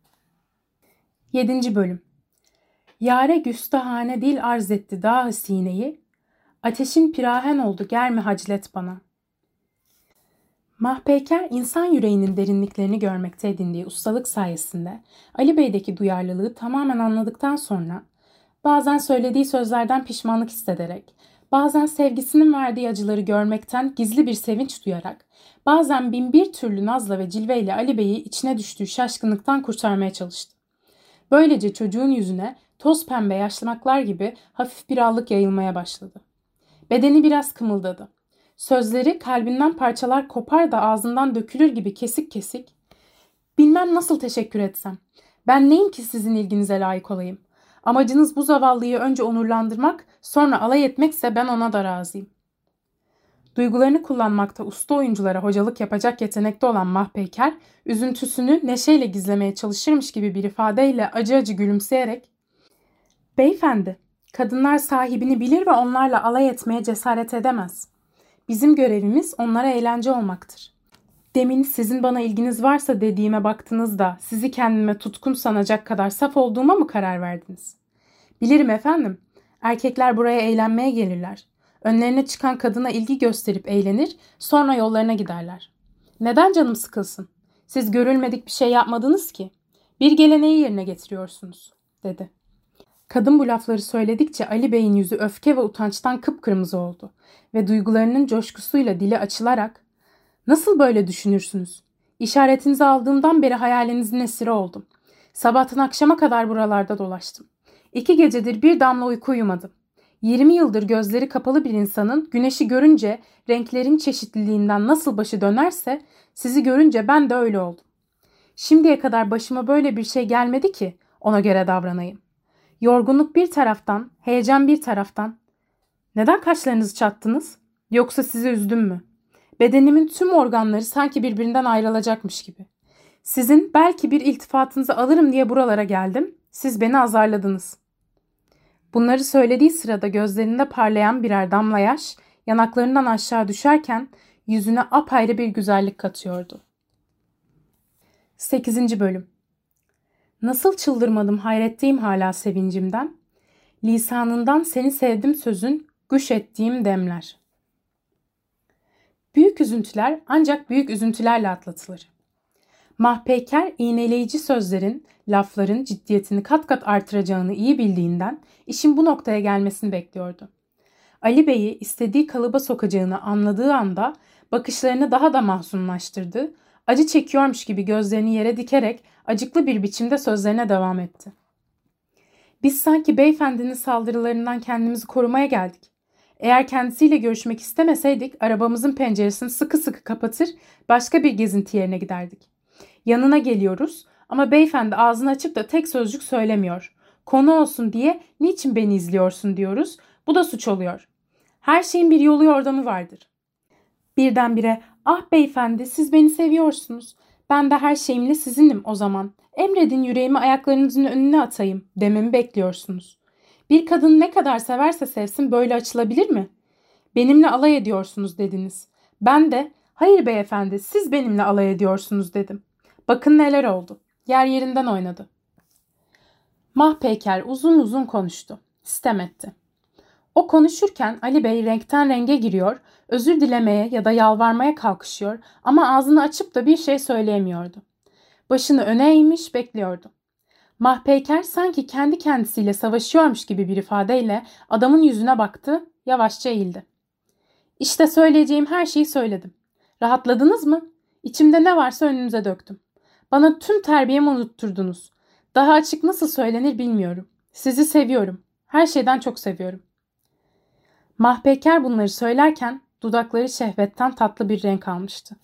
A: 7. Bölüm. Yâre güstahane dil arz etti dağ-ı sineyi, ateşin pirahen oldu germe haclet bana. Mahpeyker insan yüreğinin derinliklerini görmekte edindiği ustalık sayesinde Ali Bey'deki duyarlılığı tamamen anladıktan sonra bazen söylediği sözlerden pişmanlık hissederek, bazen sevgisinin verdiği acıları görmekten gizli bir sevinç duyarak, bazen bin bir türlü nazla ve cilveyle Ali Bey'i içine düştüğü şaşkınlıktan kurtarmaya çalıştı. Böylece çocuğun yüzüne toz pembe yaşlanaklar gibi hafif bir allık yayılmaya başladı. Bedeni biraz kımıldadı. Sözleri kalbinden parçalar kopar da ağzından dökülür gibi kesik kesik, "Bilmem nasıl teşekkür etsem. Ben neyim ki sizin ilginize layık olayım? Amacınız bu zavallıyı önce onurlandırmak, sonra alay etmekse ben ona da razıyım." Duygularını kullanmakta usta oyunculara hocalık yapacak yetenekte olan Mahpeyker, üzüntüsünü neşeyle gizlemeye çalışırmış gibi bir ifadeyle acı acı gülümseyerek, "Beyefendi, Kadınlar sahibini bilir ve onlarla alay etmeye cesaret edemez. Bizim görevimiz onlara eğlence olmaktır. Demin sizin bana ilginiz varsa dediğime baktınızda sizi kendime tutkun sanacak kadar saf olduğuma mı karar verdiniz? Bilirim efendim. Erkekler buraya eğlenmeye gelirler. Önlerine çıkan kadına ilgi gösterip eğlenir, sonra yollarına giderler. Neden canım sıkılsın? Siz görülmedik bir şey yapmadınız ki. Bir geleneği yerine getiriyorsunuz, dedi. Kadın bu lafları söyledikçe Ali Bey'in yüzü öfke ve utançtan kıpkırmızı oldu ve duygularının coşkusuyla dili açılarak "Nasıl böyle düşünürsünüz? İşaretinizi aldığımdan beri hayalinizin esiri oldum. Sabahtan akşama kadar buralarda dolaştım. 2 gecedir bir damla uyku uyumadım. 20 yıldır gözleri kapalı bir insanın güneşi görünce renklerin çeşitliliğinden nasıl başı dönerse sizi görünce ben de öyle oldum. Şimdiye kadar başıma böyle bir şey gelmedi ki ona göre davranayım. Yorgunluk bir taraftan, heyecan bir taraftan. Neden kaşlarınızı çattınız? Yoksa sizi üzdüm mü? Bedenimin tüm organları sanki birbirinden ayrılacakmış gibi. Sizin belki bir iltifatınızı alırım diye buralara geldim. Siz beni azarladınız." Bunları söylediği sırada gözlerinde parlayan birer damla yaş yanaklarından aşağı düşerken yüzüne apayrı bir güzellik katıyordu. 8. Bölüm. Nasıl çıldırmadım, hayretteyim hala sevincimden. Lisanından seni sevdim sözün güş ettiğim demler. Büyük üzüntüler ancak büyük üzüntülerle atlatılır. Mahpeyker iğneleyici sözlerin, lafların ciddiyetini kat kat artıracağını iyi bildiğinden işin bu noktaya gelmesini bekliyordu. Ali Bey'i istediği kalıba sokacağını anladığı anda bakışlarını daha da mahzunlaştırdı, acı çekiyormuş gibi gözlerini yere dikerek acıklı bir biçimde sözlerine devam etti. "Biz sanki beyefendinin saldırılarından kendimizi korumaya geldik. Eğer kendisiyle görüşmek istemeseydik arabamızın penceresini sıkı sıkı kapatır, başka bir gezinti yerine giderdik. Yanına geliyoruz ama beyefendi ağzını açıp da tek sözcük söylemiyor. Konu olsun diye niçin beni izliyorsun diyoruz. Bu da suç oluyor. Her şeyin bir yolu yordamı vardır. Birdenbire ah beyefendi siz beni seviyorsunuz. Ben de her şeyimle sizinim o zaman. Emredin yüreğimi ayaklarınızın önüne atayım dememi bekliyorsunuz. Bir kadın ne kadar severse sevsin böyle açılabilir mi? Benimle alay ediyorsunuz dediniz. Ben de hayır beyefendi siz benimle alay ediyorsunuz dedim. Bakın neler oldu. Yer yerinden oynadı." Mahpeyker uzun uzun konuştu. Sitem etti. O konuşurken Ali Bey renkten renge giriyor, özür dilemeye ya da yalvarmaya kalkışıyor ama ağzını açıp da bir şey söyleyemiyordu. Başını öne eğmiş bekliyordu. Mahpeyker sanki kendi kendisiyle savaşıyormuş gibi bir ifadeyle adamın yüzüne baktı, yavaşça eğildi. "İşte söyleyeceğim her şeyi söyledim. Rahatladınız mı? İçimde ne varsa önünüze döktüm. Bana tüm terbiyemi unutturdunuz. Daha açık nasıl söylenir bilmiyorum. Sizi seviyorum. Her şeyden çok seviyorum." Mahpeyker bunları söylerken dudakları şehvetten tatlı bir renk almıştı.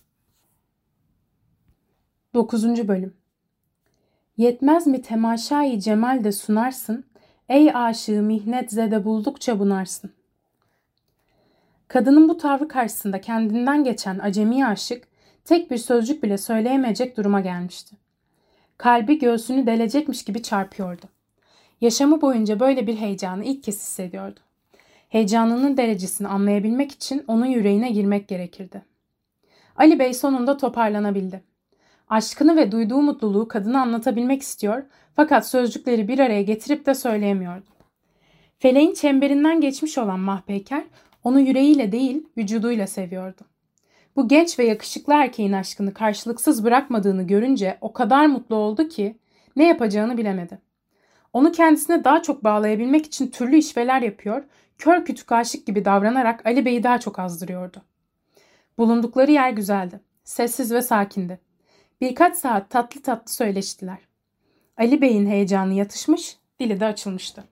A: 9. Bölüm. Yetmez mi temaşayı cemal de sunarsın, ey aşığı mihnet zede buldukça bunarsın. Kadının bu tavrı karşısında kendinden geçen acemi aşık tek bir sözcük bile söyleyemeyecek duruma gelmişti. Kalbi göğsünü delecekmiş gibi çarpıyordu. Yaşamı boyunca böyle bir heyecanı ilk kez hissediyordu. Heyecanının derecesini anlayabilmek için onun yüreğine girmek gerekirdi. Ali Bey sonunda toparlanabildi. Aşkını ve duyduğu mutluluğu kadına anlatabilmek istiyor fakat sözcükleri bir araya getirip de söyleyemiyordu. Feleğin çemberinden geçmiş olan Mahpeyker onu yüreğiyle değil vücuduyla seviyordu. Bu genç ve yakışıklı erkeğin aşkını karşılıksız bırakmadığını görünce o kadar mutlu oldu ki ne yapacağını bilemedi. Onu kendisine daha çok bağlayabilmek için türlü işveler yapıyor, kör kütük aşık gibi davranarak Ali Bey'i daha çok azdırıyordu. Bulundukları yer güzeldi, sessiz ve sakindi. Birkaç saat tatlı tatlı söyleştiler. Ali Bey'in heyecanı yatışmış, dili de açılmıştı.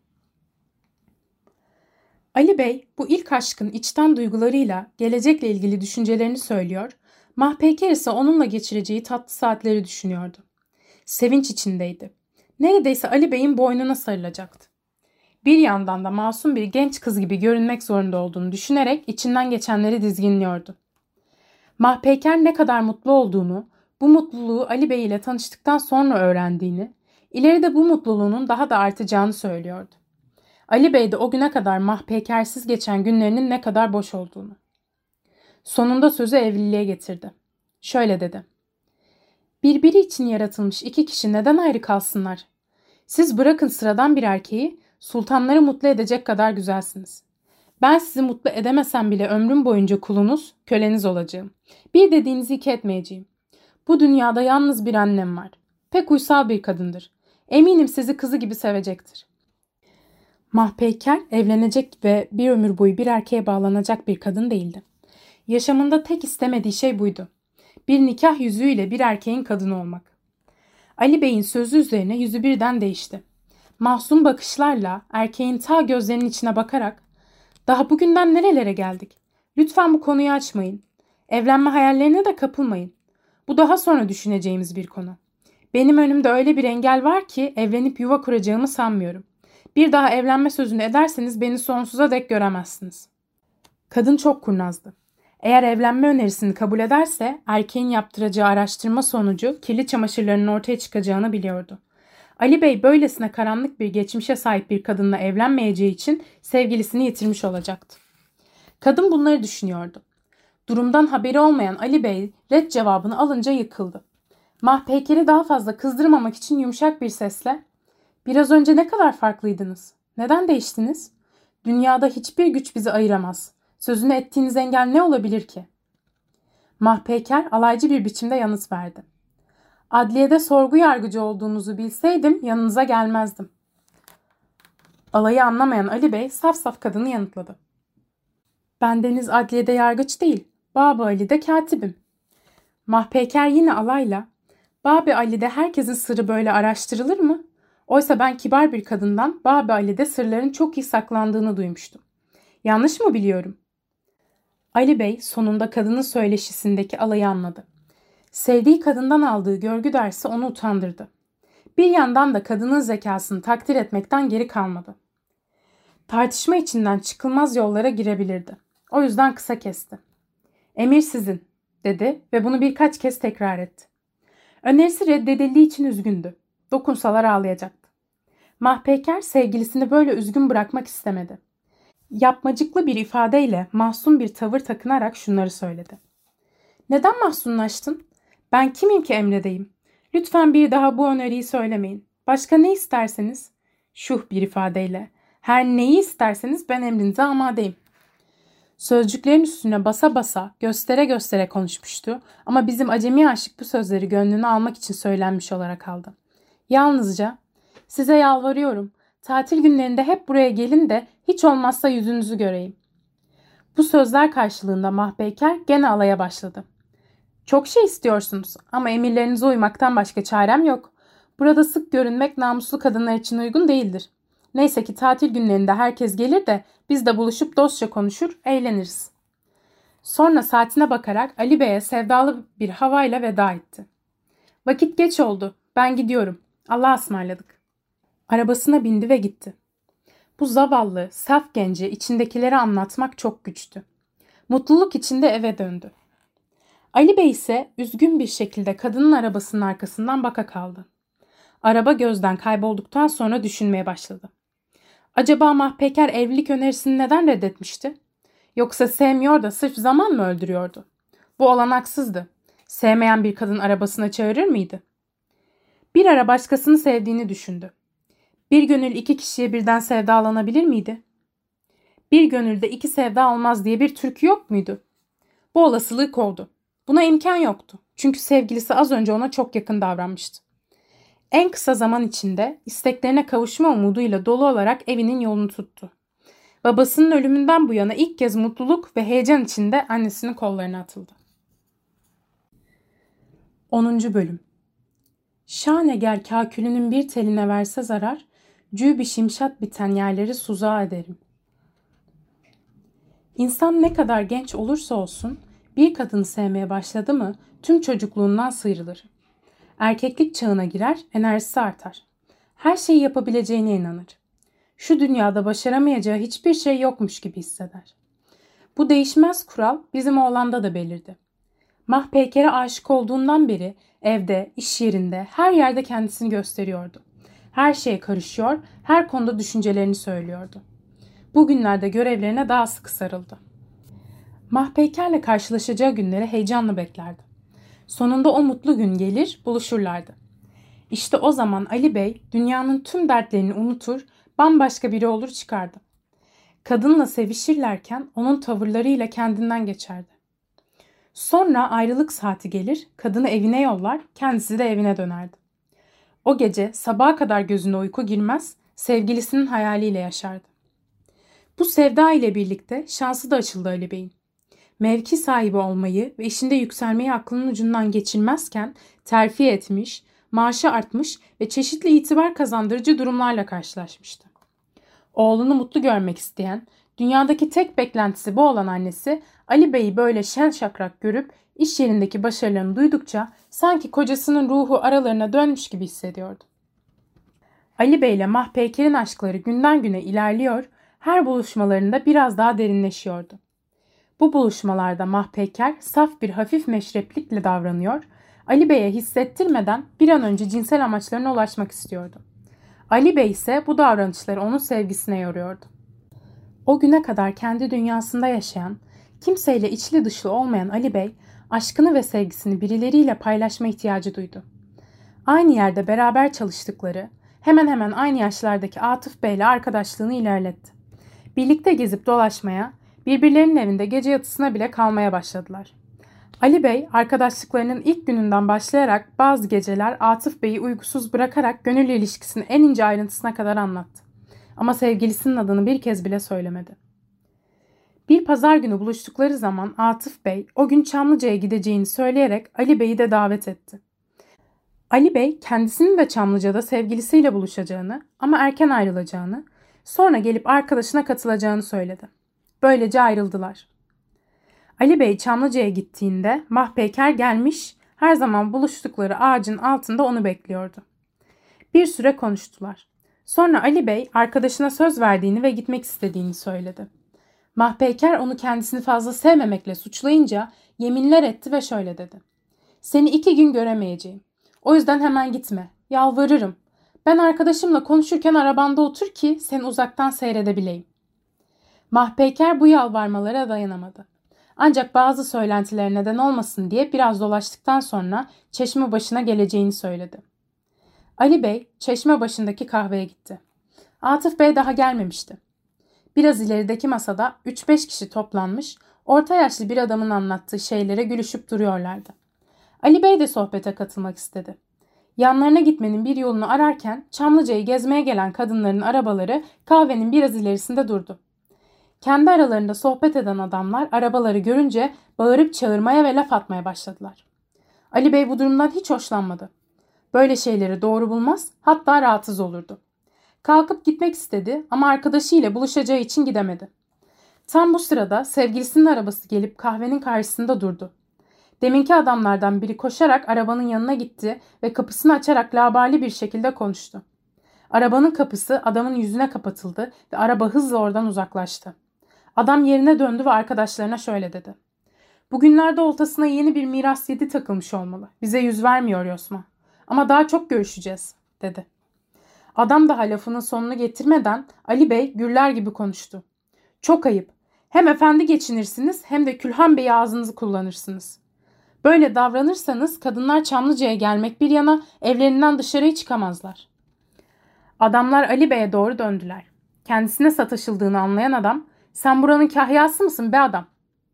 A: Ali Bey bu ilk aşkın içten duygularıyla gelecekle ilgili düşüncelerini söylüyor, Mahpeyker ise onunla geçireceği tatlı saatleri düşünüyordu. Sevinç içindeydi. Neredeyse Ali Bey'in boynuna sarılacaktı. Bir yandan da masum bir genç kız gibi görünmek zorunda olduğunu düşünerek içinden geçenleri dizginliyordu. Mahpeyker ne kadar mutlu olduğunu, bu mutluluğu Ali Bey ile tanıştıktan sonra öğrendiğini, ileride bu mutluluğunun daha da artacağını söylüyordu. Ali Bey de o güne kadar mahpekersiz geçen günlerinin ne kadar boş olduğunu. Sonunda sözü evliliğe getirdi. Şöyle dedi. Birbiri için yaratılmış iki kişi neden ayrı kalsınlar? Siz bırakın sıradan bir erkeği, sultanları mutlu edecek kadar güzelsiniz. Ben sizi mutlu edemesem bile ömrüm boyunca kulunuz, köleniz olacağım. Bir dediğinizi iki etmeyeceğim. Bu dünyada yalnız bir annem var. Pek uysal bir kadındır. Eminim sizi kızı gibi sevecektir. Mahpeyker evlenecek ve bir ömür boyu bir erkeğe bağlanacak bir kadın değildi. Yaşamında tek istemediği şey buydu. Bir nikah yüzüğüyle bir erkeğin kadını olmak. Ali Bey'in sözü üzerine yüzü birden değişti. Mahzun bakışlarla erkeğin ta gözlerinin içine bakarak "Daha bugünden nerelere geldik? Lütfen bu konuyu açmayın. Evlenme hayallerine de kapılmayın. Bu daha sonra düşüneceğimiz bir konu. Benim önümde öyle bir engel var ki evlenip yuva kuracağımı sanmıyorum. Bir daha evlenme sözünü ederseniz beni sonsuza dek göremezsiniz." Kadın çok kurnazdı. Eğer evlenme önerisini kabul ederse erkeğin yaptıracağı araştırma sonucu kirli çamaşırlarının ortaya çıkacağını biliyordu. Ali Bey böylesine karanlık bir geçmişe sahip bir kadınla evlenmeyeceği için sevgilisini yitirmiş olacaktı. Kadın bunları düşünüyordu. Durumdan haberi olmayan Ali Bey red cevabını alınca yıkıldı. Mahpeyker'i daha fazla kızdırmamak için yumuşak bir sesle "Biraz önce ne kadar farklıydınız? Neden değiştiniz? Dünyada hiçbir güç bizi ayıramaz. Sözünü ettiğiniz engel ne olabilir ki?" Mahpeyker alaycı bir biçimde yanıt verdi. "Adliyede sorgu yargıcı olduğunuzu bilseydim yanınıza gelmezdim." Alayı anlamayan Ali Bey saf saf kadını yanıtladı. "Bendeniz adliyede yargıç değil, Baba Ali'de katibim." Mahpeyker yine alayla "Baba Ali'de herkesin sırrı böyle araştırılır mı? Oysa ben kibar bir kadından Baba Ali'de sırların çok iyi saklandığını duymuştum. Yanlış mı biliyorum?" Ali Bey sonunda kadının söyleşisindeki alayı anladı. Sevdiği kadından aldığı görgü dersi onu utandırdı. Bir yandan da kadının zekasını takdir etmekten geri kalmadı. Tartışma içinden çıkılmaz yollara girebilirdi. O yüzden kısa kesti. "Emir sizin," dedi ve bunu birkaç kez tekrar etti. Önerisi reddedildiği için üzgündü. Dokunsalar ağlayacaktı. Mahpeyker sevgilisini böyle üzgün bırakmak istemedi. Yapmacıklı bir ifadeyle mahzun bir tavır takınarak şunları söyledi. "Neden mahzunlaştın? Ben kimim ki emredeyim? Lütfen bir daha bu öneriyi söylemeyin. Başka ne isterseniz?" Şuh bir ifadeyle. "Her neyi isterseniz ben emrinize amadeyim." Sözcüklerin üstüne basa basa, göstere göstere konuşmuştu ama bizim acemi aşık bu sözleri gönlüne almak için söylenmiş olarak aldı. Yalnızca "Size yalvarıyorum, tatil günlerinde hep buraya gelin de hiç olmazsa yüzünüzü göreyim." Bu sözler karşılığında Mahpeyker gene alaya başladı. "Çok şey istiyorsunuz ama emirlerinize uymaktan başka çarem yok. Burada sık görünmek namuslu kadınlar için uygun değildir. Neyse ki tatil günlerinde herkes gelir de biz de buluşup dostça konuşur, eğleniriz." Sonra saatine bakarak Ali Bey'e sevdalı bir havayla veda etti. "Vakit geç oldu. Ben gidiyorum. Allah'a ısmarladık." Arabasına bindi ve gitti. Bu zavallı, saf gence içindekileri anlatmak çok güçtü. Mutluluk içinde eve döndü. Ali Bey ise üzgün bir şekilde kadının arabasının arkasından baka kaldı. Araba gözden kaybolduktan sonra düşünmeye başladı. Acaba Mahpeyker evlilik önerisini neden reddetmişti? Yoksa sevmiyor da sırf zaman mı öldürüyordu? Bu olanaksızdı. Sevmeyen bir kadın arabasına çağırır mıydı? Bir ara başkasını sevdiğini düşündü. Bir gönül iki kişiye birden sevdalanabilir miydi? Bir gönülde iki sevda olmaz diye bir türkü yok muydu? Bu olasılığı kovdu. Buna imkan yoktu. Çünkü sevgilisi az önce ona çok yakın davranmıştı. En kısa zaman içinde isteklerine kavuşma umuduyla dolu olarak evinin yolunu tuttu. Babasının ölümünden bu yana ilk kez mutluluk ve heyecan içinde annesinin kollarına atıldı. 10. Bölüm. Şaneger kakülünün bir teline verse zarar, cübi şimşat biten yerleri suza ederim. İnsan ne kadar genç olursa olsun bir kadını sevmeye başladı mı tüm çocukluğundan sıyrılır. Erkeklik çağına girer, enerjisi artar. Her şeyi yapabileceğine inanır. Şu dünyada başaramayacağı hiçbir şey yokmuş gibi hisseder. Bu değişmez kural bizim oğlanda da belirdi. Mahpeyker'e aşık olduğundan beri evde, iş yerinde, her yerde kendisini gösteriyordu. Her şeye karışıyor, her konuda düşüncelerini söylüyordu. Bugünlerde görevlerine daha sıkı sarıldı. Mahpeyker'le karşılaşacağı günleri heyecanla beklerdi. Sonunda o mutlu gün gelir, buluşurlardı. İşte o zaman Ali Bey dünyanın tüm dertlerini unutur, bambaşka biri olur çıkardı. Kadınla sevişirlerken onun tavırlarıyla kendinden geçerdi. Sonra ayrılık saati gelir, kadını evine yollar, kendisi de evine dönerdi. O gece sabaha kadar gözüne uyku girmez, sevgilisinin hayaliyle yaşardı. Bu sevda ile birlikte şansı da açıldı Ali Bey'in. Mevki sahibi olmayı ve işinde yükselmeyi aklının ucundan geçirmezken terfi etmiş, maaşı artmış ve çeşitli itibar kazandırıcı durumlarla karşılaşmıştı. Oğlunu mutlu görmek isteyen, dünyadaki tek beklentisi bu olan annesi Ali Bey'i böyle şen şakrak görüp iş yerindeki başarılarını duydukça sanki kocasının ruhu aralarına dönmüş gibi hissediyordu. Ali Bey ile Mahpeyker'in aşkları günden güne ilerliyor, her buluşmalarında biraz daha derinleşiyordu. Bu buluşmalarda Mahpeyker saf bir hafif meşreplikle davranıyor, Ali Bey'e hissettirmeden bir an önce cinsel amaçlarına ulaşmak istiyordu. Ali Bey ise bu davranışları onun sevgisine yoruyordu. O güne kadar kendi dünyasında yaşayan, kimseyle içli dışlı olmayan Ali Bey, aşkını ve sevgisini birileriyle paylaşma ihtiyacı duydu. Aynı yerde beraber çalıştıkları, hemen hemen aynı yaşlardaki Atıf Bey ile arkadaşlığını ilerletti. Birlikte gezip dolaşmaya, birbirlerinin evinde gece yatısına bile kalmaya başladılar. Ali Bey, arkadaşlıklarının ilk gününden başlayarak bazı geceler Atıf Bey'i uygusuz bırakarak gönül ilişkisinin en ince ayrıntısına kadar anlattı. Ama sevgilisinin adını bir kez bile söylemedi. Bir pazar günü buluştukları zaman Atıf Bey o gün Çamlıca'ya gideceğini söyleyerek Ali Bey'i de davet etti. Ali Bey kendisinin de Çamlıca'da sevgilisiyle buluşacağını ama erken ayrılacağını, sonra gelip arkadaşına katılacağını söyledi. Böylece ayrıldılar. Ali Bey Çamlıca'ya gittiğinde Mahpeyker gelmiş, her zaman buluştukları ağacın altında onu bekliyordu. Bir süre konuştular. Sonra Ali Bey arkadaşına söz verdiğini ve gitmek istediğini söyledi. Mahpeyker onu kendisini fazla sevmemekle suçlayınca yeminler etti ve şöyle dedi. Seni 2 gün göremeyeceğim. O yüzden hemen gitme. Yalvarırım. Ben arkadaşımla konuşurken arabanda otur ki seni uzaktan seyredebileyim. Mahpeyker bu yalvarmalara dayanamadı. Ancak bazı söylentilere neden olmasın diye biraz dolaştıktan sonra çeşme başına geleceğini söyledi. Ali Bey çeşme başındaki kahveye gitti. Atıf Bey daha gelmemişti. Biraz ilerideki masada 3-5 kişi toplanmış, orta yaşlı bir adamın anlattığı şeylere gülüşüp duruyorlardı. Ali Bey de sohbete katılmak istedi. Yanlarına gitmenin bir yolunu ararken Çamlıca'yı gezmeye gelen kadınların arabaları kahvenin biraz ilerisinde durdu. Kendi aralarında sohbet eden adamlar arabaları görünce bağırıp çağırmaya ve laf atmaya başladılar. Ali Bey bu durumdan hiç hoşlanmadı. Böyle şeyleri doğru bulmaz, hatta rahatsız olurdu. Kalkıp gitmek istedi ama arkadaşıyla buluşacağı için gidemedi. Tam bu sırada sevgilisinin arabası gelip kahvenin karşısında durdu. Deminki adamlardan biri koşarak arabanın yanına gitti ve kapısını açarak labali bir şekilde konuştu. Arabanın kapısı adamın yüzüne kapatıldı ve araba hızla oradan uzaklaştı. Adam yerine döndü ve arkadaşlarına şöyle dedi. Bugünlerde oltasına yeni bir miras yedi takılmış olmalı. Bize yüz vermiyor Yosma. Ama daha çok görüşeceğiz, dedi. Adam daha lafının sonunu getirmeden Ali Bey gürler gibi konuştu. Çok ayıp. Hem efendi geçinirsiniz hem de Külhan Bey'e ağzınızı kullanırsınız. Böyle davranırsanız kadınlar Çamlıca'ya gelmek bir yana evlerinden dışarıya çıkamazlar. Adamlar Ali Bey'e doğru döndüler. Kendisine sataşıldığını anlayan adam, sen buranın kahyası mısın be adam?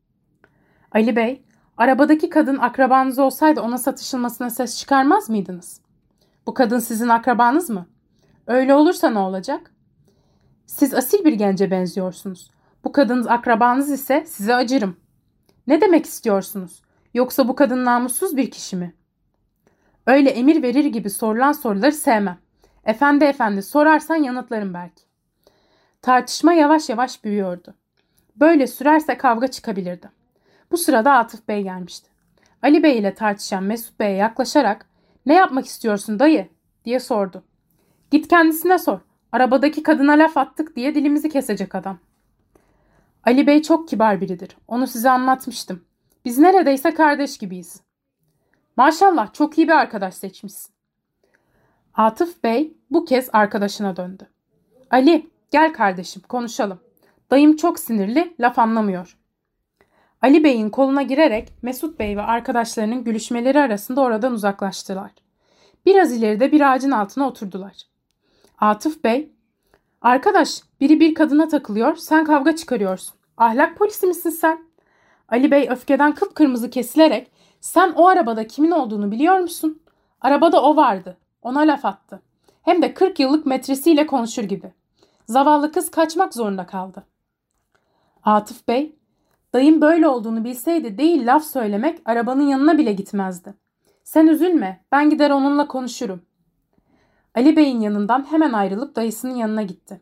A: Ali Bey, arabadaki kadın akrabanız olsaydı ona satışılmasına ses çıkarmaz mıydınız? Bu kadın sizin akrabanız mı? Öyle olursa ne olacak? Siz asil bir gence benziyorsunuz. Bu kadın akrabanız ise size acırım. Ne demek istiyorsunuz? Yoksa bu kadın namussuz bir kişi mi? Öyle emir verir gibi sorulan soruları sevmem. Efendi efendi sorarsan yanıtlarım belki. Tartışma yavaş yavaş büyüyordu. Böyle sürerse kavga çıkabilirdi. Bu sırada Atıf Bey gelmişti. Ali Bey ile tartışan Mesut Bey'e yaklaşarak ne yapmak istiyorsun dayı diye sordu. Git kendisine sor. Arabadaki kadına laf attık diye dilimizi kesecek adam. Ali Bey çok kibar biridir. Onu size anlatmıştım. Biz neredeyse kardeş gibiyiz. Maşallah çok iyi bir arkadaş seçmişsin. Atıf Bey Bu kez arkadaşına döndü. Ali, gel kardeşim konuşalım. Dayım çok sinirli, laf anlamıyor. Ali Bey'in koluna girerek Mesut Bey ve arkadaşlarının gülüşmeleri arasında oradan uzaklaştılar. Biraz ileride bir ağacın altına oturdular. Atıf Bey, arkadaş biri bir kadına takılıyor, sen kavga çıkarıyorsun. Ahlak polisi misin sen? Ali Bey öfkeden kıpkırmızı kesilerek, sen o arabada kimin olduğunu biliyor musun? Arabada o vardı, ona laf attı. Hem de 40 yıllık metresiyle konuşur gibi. Zavallı kız kaçmak zorunda kaldı. Atıf Bey, dayım böyle olduğunu bilseydi değil laf söylemek arabanın yanına bile gitmezdi. Sen üzülme, ben gider onunla konuşurum. Ali Bey'in yanından hemen ayrılıp dayısının yanına gitti.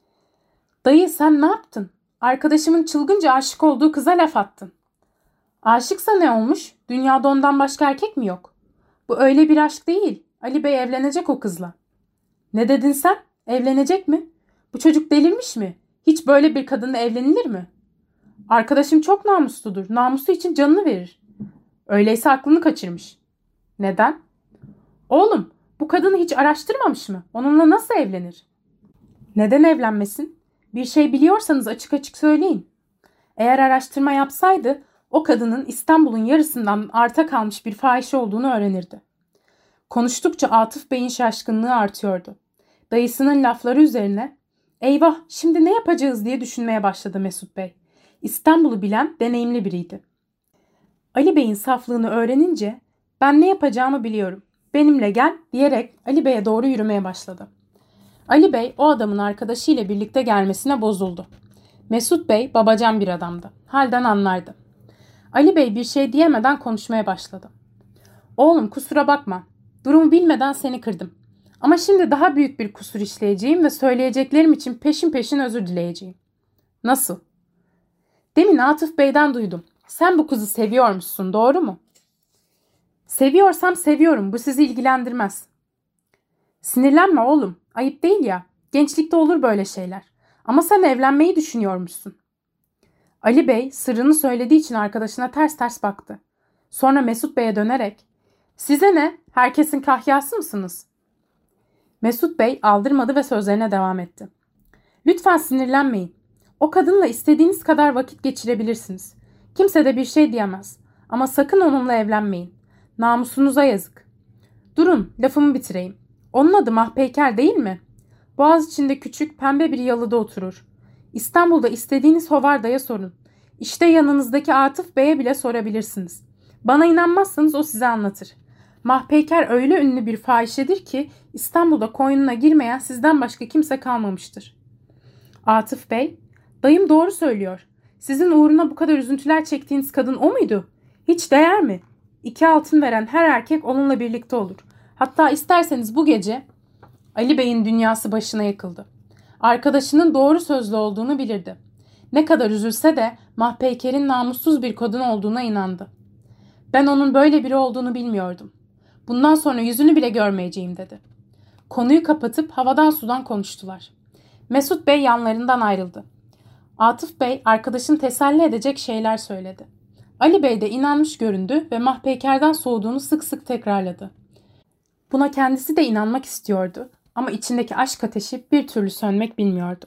A: Dayı sen ne yaptın? Arkadaşımın çılgınca aşık olduğu kıza laf attın. Aşıksa ne olmuş? Dünyada ondan başka erkek mi yok? Bu öyle bir aşk değil. Ali Bey evlenecek o kızla. Ne dedin sen? Evlenecek mi? Bu çocuk delirmiş mi? Hiç böyle bir kadınla evlenilir mi? Arkadaşım çok namusludur. Namusu için canını verir. Öyleyse aklını kaçırmış. Neden? Oğlum, bu kadını hiç araştırmamış mı? Onunla nasıl evlenir? Neden evlenmesin? Bir şey biliyorsanız açık açık söyleyin. Eğer araştırma yapsaydı o kadının İstanbul'un yarısından arta kalmış bir fahişe olduğunu öğrenirdi. Konuştukça Atıf Bey'in şaşkınlığı artıyordu. Dayısının lafları üzerine eyvah şimdi ne yapacağız diye düşünmeye başladı Mesut Bey. İstanbul'u bilen deneyimli biriydi. Ali Bey'in saflığını öğrenince ben ne yapacağımı biliyorum. Benimle gel diyerek Ali Bey'e doğru yürümeye başladı. Ali Bey o adamın arkadaşıyla birlikte gelmesine bozuldu. Mesut Bey babacan bir adamdı. Halden anlardı. Ali Bey bir şey diyemeden konuşmaya başladı. Oğlum kusura bakma. Durumu bilmeden seni kırdım. Ama şimdi daha büyük bir kusur işleyeceğim ve söyleyeceklerim için peşin peşin özür dileyeceğim. Nasıl? Demin Atıf Bey'den duydum. Sen bu kızı seviyormuşsun, doğru mu? Seviyorsam seviyorum. Bu sizi ilgilendirmez. Sinirlenme oğlum. Ayıp değil ya. Gençlikte olur böyle şeyler. Ama sen evlenmeyi düşünüyormuşsun. Ali Bey sırrını söylediği için arkadaşına ters ters baktı. Sonra Mesut Bey'e dönerek size ne? Herkesin kahyası mısınız? Mesut Bey aldırmadı ve sözlerine devam etti. Lütfen sinirlenmeyin. O kadınla istediğiniz kadar vakit geçirebilirsiniz. Kimse de bir şey diyemez. Ama sakın onunla evlenmeyin. Namusunuza yazık. Durun, lafımı bitireyim. Onun adı Mahpeyker değil mi? Boğaz içinde küçük, pembe bir yalıda oturur. İstanbul'da istediğiniz hovardaya sorun. İşte yanınızdaki Atıf Bey'e bile sorabilirsiniz. Bana inanmazsanız o size anlatır. Mahpeyker öyle ünlü bir fahişedir ki İstanbul'da koynuna girmeyen sizden başka kimse kalmamıştır. Atıf Bey, dayım doğru söylüyor. Sizin uğruna bu kadar üzüntüler çektiğiniz kadın o muydu? Hiç değer mi? 2 altın veren her erkek onunla birlikte olur. Hatta isterseniz bu gece Ali Bey'in dünyası başına yıkıldı. Arkadaşının doğru sözlü olduğunu bilirdi. Ne kadar üzülse de Mahpeyker'in namussuz bir kadın olduğuna inandı. Ben onun böyle biri olduğunu bilmiyordum. Bundan sonra yüzünü bile görmeyeceğim dedi. Konuyu kapatıp havadan sudan konuştular. Mesut Bey yanlarından ayrıldı. Atıf Bey arkadaşını teselli edecek şeyler söyledi. Ali Bey de inanmış göründü ve Mahpeyker'den soğuduğunu sık sık tekrarladı. Buna kendisi de inanmak istiyordu ama içindeki aşk ateşi bir türlü sönmek bilmiyordu.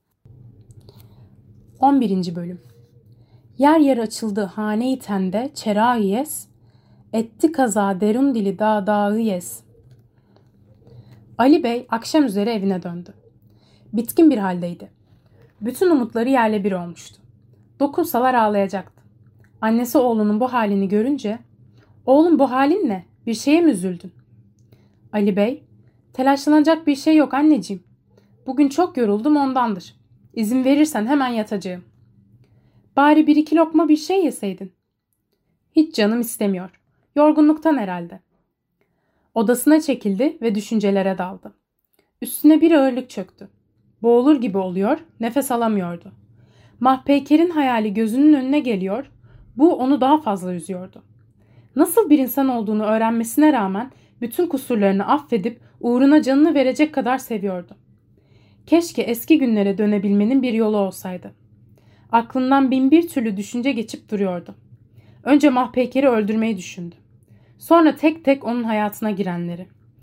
A: 11. Bölüm. Yer yer açıldı hane-i tende çera-i yes, etti kaza derun dili dağı yes. Ali Bey akşam üzeri evine döndü. Bitkin bir haldeydi. Bütün umutları yerle bir olmuştu. Dokunsalar ağlayacaktı. Annesi oğlunun bu halini görünce, "Oğlum bu halin ne? Bir şeye mi üzüldün?" Ali Bey, "Telaşlanacak bir şey yok anneciğim. Bugün çok yoruldum ondandır. İzin verirsen hemen yatacağım." "Bari 1-2 lokma bir şey yeseydin." "Hiç canım istemiyor. Yorgunluktan herhalde." Odasına çekildi ve düşüncelere daldı. Üstüne bir ağırlık çöktü. Boğulur gibi oluyor, nefes alamıyordu. Mahpeyker'in hayali gözünün önüne geliyor, bu onu daha fazla üzüyordu. Nasıl bir insan olduğunu öğrenmesine rağmen bütün kusurlarını affedip uğruna canını verecek kadar seviyordu. Keşke eski günlere dönebilmenin bir yolu olsaydı. Aklından bin bir türlü düşünce geçip duruyordu. Önce Mahpeyker'i öldürmeyi düşündü. Sonra tek tek onun hayatına girenleri.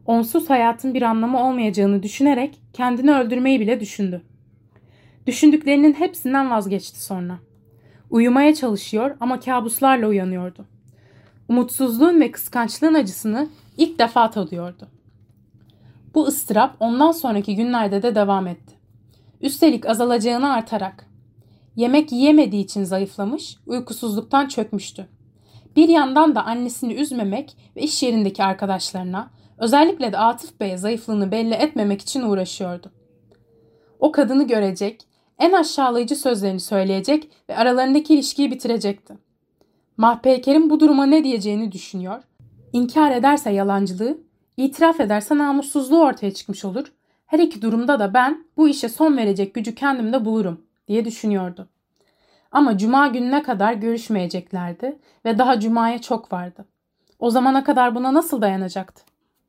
A: Onsuz hayatın bir anlamı olmayacağını düşünerek kendini öldürmeyi bile düşündü. Düşündüklerinin hepsinden vazgeçti sonra. Uyumaya çalışıyor ama kabuslarla uyanıyordu. Umutsuzluğun ve kıskançlığın acısını ilk defa tadıyordu. Bu ıstırap ondan sonraki günlerde de devam etti. Üstelik azalacağını artarak. Yemek yiyemediği için zayıflamış, uykusuzluktan çökmüştü. Bir yandan da annesini üzmemek ve iş yerindeki arkadaşlarına, özellikle de Atıf Bey'e zayıflığını belli etmemek için uğraşıyordu. O kadını görecek, en aşağılayıcı sözlerini söyleyecek ve aralarındaki ilişkiyi bitirecekti. Mahpeyker'in bu duruma ne diyeceğini düşünüyor. İnkar ederse yalancılığı, itiraf ederse namussuzluğu ortaya çıkmış olur. Her iki durumda da ben bu işe son verecek gücü kendimde bulurum diye düşünüyordu. Ama cuma gününe kadar görüşmeyeceklerdi ve daha cumaya çok vardı. O zamana kadar buna nasıl dayanacaktı?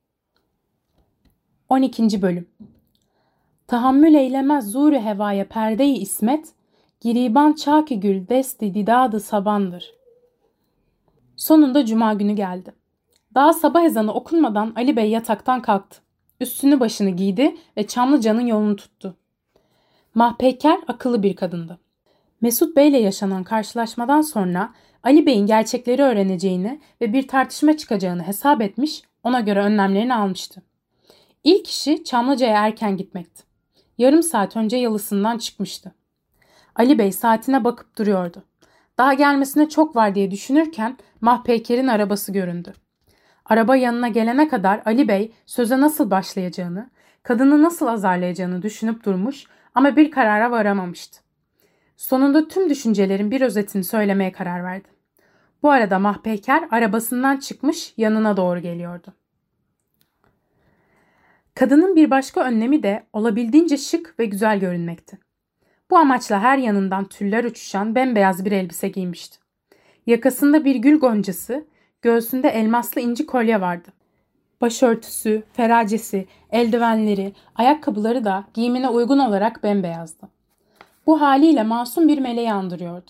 A: 12. Bölüm. Tahammül eylemez zûr-ü hevaya perde-i ismet, giriban çaki gül desti didadı sabandır. Sonunda cuma günü geldi. Daha sabah ezanı okunmadan Ali Bey yataktan kalktı. Üstünü başını giydi ve Çamlıca'nın yolunu tuttu. Mahpeyker akıllı bir kadındı. Mesut Bey'le yaşanan karşılaşmadan sonra Ali Bey'in gerçekleri öğreneceğini ve bir tartışma çıkacağını hesap etmiş, ona göre önlemlerini almıştı. İlk işi Çamlıca'ya erken gitmekti. Yarım saat önce yalısından çıkmıştı. Ali Bey saatine bakıp duruyordu. Daha gelmesine çok var diye düşünürken Mahpeyker'in arabası göründü. Araba yanına gelene kadar Ali Bey söze nasıl başlayacağını, kadını nasıl azarlayacağını düşünüp durmuş ama bir karara varamamıştı. Sonunda tüm düşüncelerin bir özetini söylemeye karar verdi. Bu arada Mahpeyker arabasından çıkmış yanına doğru geliyordu. Kadının bir başka önlemi de olabildiğince şık ve güzel görünmekti. Bu amaçla her yanından tüller uçuşan bembeyaz bir elbise giymişti. Yakasında bir gül goncası, göğsünde elmaslı inci kolye vardı. Başörtüsü, feracesi, eldivenleri, ayakkabıları da giyimine uygun olarak bembeyazdı. Bu haliyle masum bir meleği andırıyordu.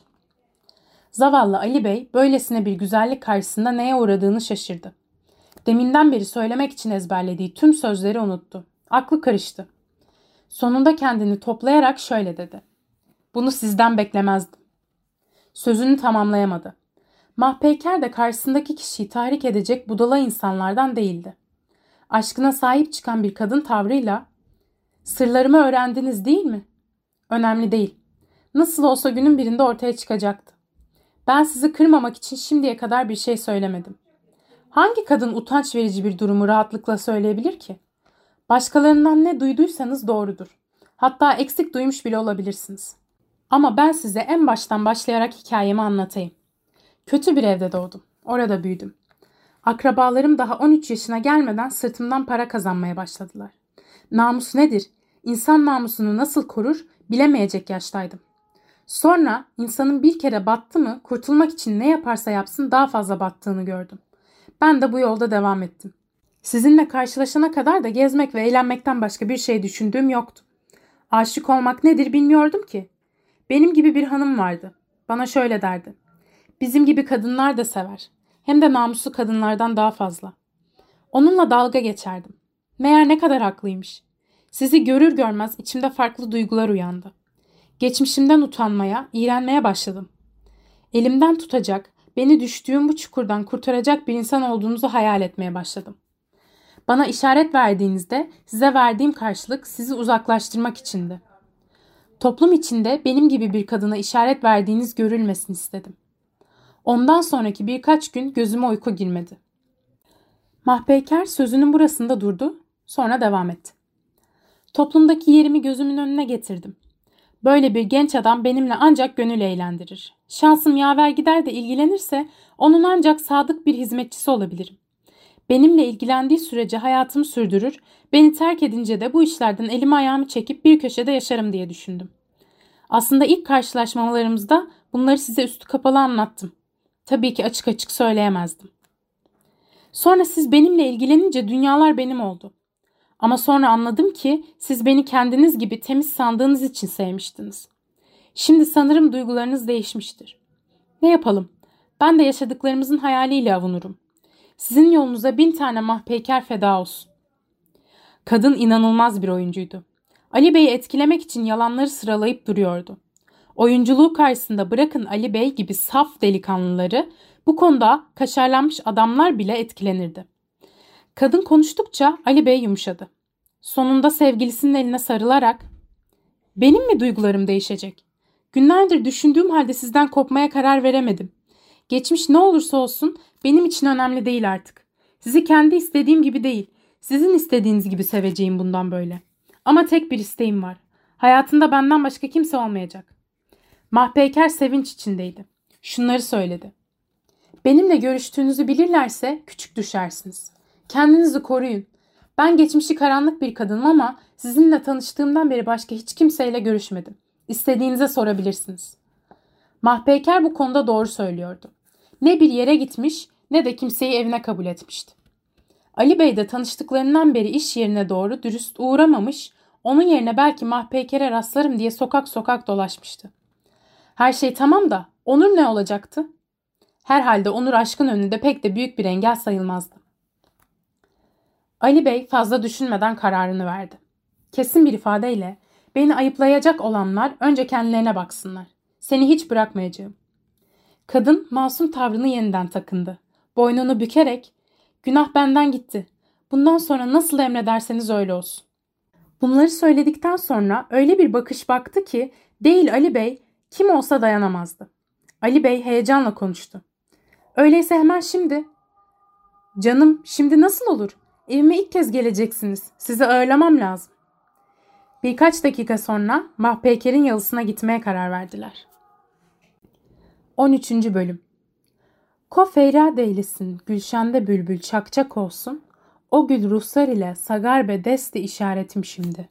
A: Zavallı Ali Bey böylesine bir güzellik karşısında neye uğradığını şaşırdı. Deminden beri söylemek için ezberlediği tüm sözleri unuttu. Aklı karıştı. Sonunda kendini toplayarak şöyle dedi. Bunu sizden beklemezdim. Sözünü tamamlayamadı. Mahpeyker de karşısındaki kişiyi tahrik edecek budala insanlardan değildi. Aşkına sahip çıkan bir kadın tavrıyla "Sırlarımı öğrendiniz değil mi? Önemli değil. Nasıl olsa günün birinde ortaya çıkacaktı. Ben sizi kırmamak için şimdiye kadar bir şey söylemedim. Hangi kadın utanç verici bir durumu rahatlıkla söyleyebilir ki? Başkalarından ne duyduysanız doğrudur. Hatta eksik duymuş bile olabilirsiniz. Ama ben size en baştan başlayarak hikayemi anlatayım. Kötü bir evde doğdum. Orada büyüdüm. Akrabalarım daha 13 yaşına gelmeden sırtımdan para kazanmaya başladılar. Namus nedir? İnsan namusunu nasıl korur bilemeyecek yaştaydım. Sonra insanın bir kere battı mı kurtulmak için ne yaparsa yapsın daha fazla battığını gördüm. Ben de bu yolda devam ettim. Sizinle karşılaşana kadar da gezmek ve eğlenmekten başka bir şey düşündüğüm yoktu. Aşık olmak nedir bilmiyordum ki. Benim gibi bir hanım vardı. Bana şöyle derdi. Bizim gibi kadınlar da sever. Hem de namuslu kadınlardan daha fazla. Onunla dalga geçerdim. Meğer ne kadar haklıymış. Sizi görür görmez içimde farklı duygular uyandı. Geçmişimden utanmaya, iğrenmeye başladım. Elimden tutacak, beni düştüğüm bu çukurdan kurtaracak bir insan olduğunuzu hayal etmeye başladım. Bana işaret verdiğinizde size verdiğim karşılık sizi uzaklaştırmak içindi. Toplum içinde benim gibi bir kadına işaret verdiğiniz görülmesin istedim. Ondan sonraki birkaç gün gözüme uyku girmedi. Mahpeyker sözünün burasında durdu, sonra devam etti. Toplumdaki yerimi gözümün önüne getirdim. Böyle bir genç adam benimle ancak gönül eğlendirir. Şansım yaver gider de ilgilenirse onun ancak sadık bir hizmetçisi olabilirim. Benimle ilgilendiği sürece hayatımı sürdürür, beni terk edince de bu işlerden elimi ayağımı çekip bir köşede yaşarım diye düşündüm. Aslında ilk karşılaşmalarımızda bunları size üstü kapalı anlattım. Tabii ki açık açık söyleyemezdim. Sonra siz benimle ilgilenince dünyalar benim oldu. Ama sonra anladım ki siz beni kendiniz gibi temiz sandığınız için sevmiştiniz. Şimdi sanırım duygularınız değişmiştir. Ne yapalım? Ben de yaşadıklarımızın hayaliyle avunurum. Sizin yolunuza 1000 tane mahpeyker feda olsun. Kadın inanılmaz bir oyuncuydu. Ali Bey'i etkilemek için yalanları sıralayıp duruyordu. Oyunculuğu karşısında bırakın Ali Bey gibi saf delikanlıları, bu konuda kaşarlanmış adamlar bile etkilenirdi. Kadın konuştukça Ali Bey yumuşadı. Sonunda sevgilisinin eline sarılarak "Benim mi duygularım değişecek? Günlerdir düşündüğüm halde sizden kopmaya karar veremedim. Geçmiş ne olursa olsun benim için önemli değil artık. Sizi kendi istediğim gibi değil, sizin istediğiniz gibi seveceğim bundan böyle. Ama tek bir isteğim var. Hayatında benden başka kimse olmayacak." Mahpeyker sevinç içindeydi. Şunları söyledi: "Benimle görüştüğünüzü bilirlerse küçük düşersiniz. Kendinizi koruyun. Ben geçmişi karanlık bir kadınım ama sizinle tanıştığımdan beri başka hiç kimseyle görüşmedim. İstediğinize sorabilirsiniz." Mahpeyker bu konuda doğru söylüyordu. Ne bir yere gitmiş ne de kimseyi evine kabul etmişti. Ali Bey de tanıştıklarından beri iş yerine doğru dürüst uğramamış, onun yerine belki Mahpeyker'e rastlarım diye sokak sokak dolaşmıştı. Her şey tamam da Onur ne olacaktı? Herhalde Onur aşkın önünde pek de büyük bir engel sayılmazdı. Ali Bey fazla düşünmeden kararını verdi. Kesin bir ifadeyle, "Beni ayıplayacak olanlar önce kendilerine baksınlar. Seni hiç bırakmayacağım." Kadın masum tavrını yeniden takındı. Boynunu bükerek, "Günah benden gitti. Bundan sonra nasıl emrederseniz öyle olsun." Bunları söyledikten sonra öyle bir bakış baktı ki değil Ali Bey kim olsa dayanamazdı. Ali Bey heyecanla konuştu. "Öyleyse hemen şimdi." "Canım, şimdi nasıl olur? Evime ilk kez geleceksiniz. Sizi ağırlamam lazım." Birkaç dakika sonra Mahpeyker'in yalısına gitmeye karar verdiler. 13. Bölüm. Ko feryat eylesin, gülşende bülbül çakçak olsun, o gül ruhsar ile sagarbe desti işaretim şimdi.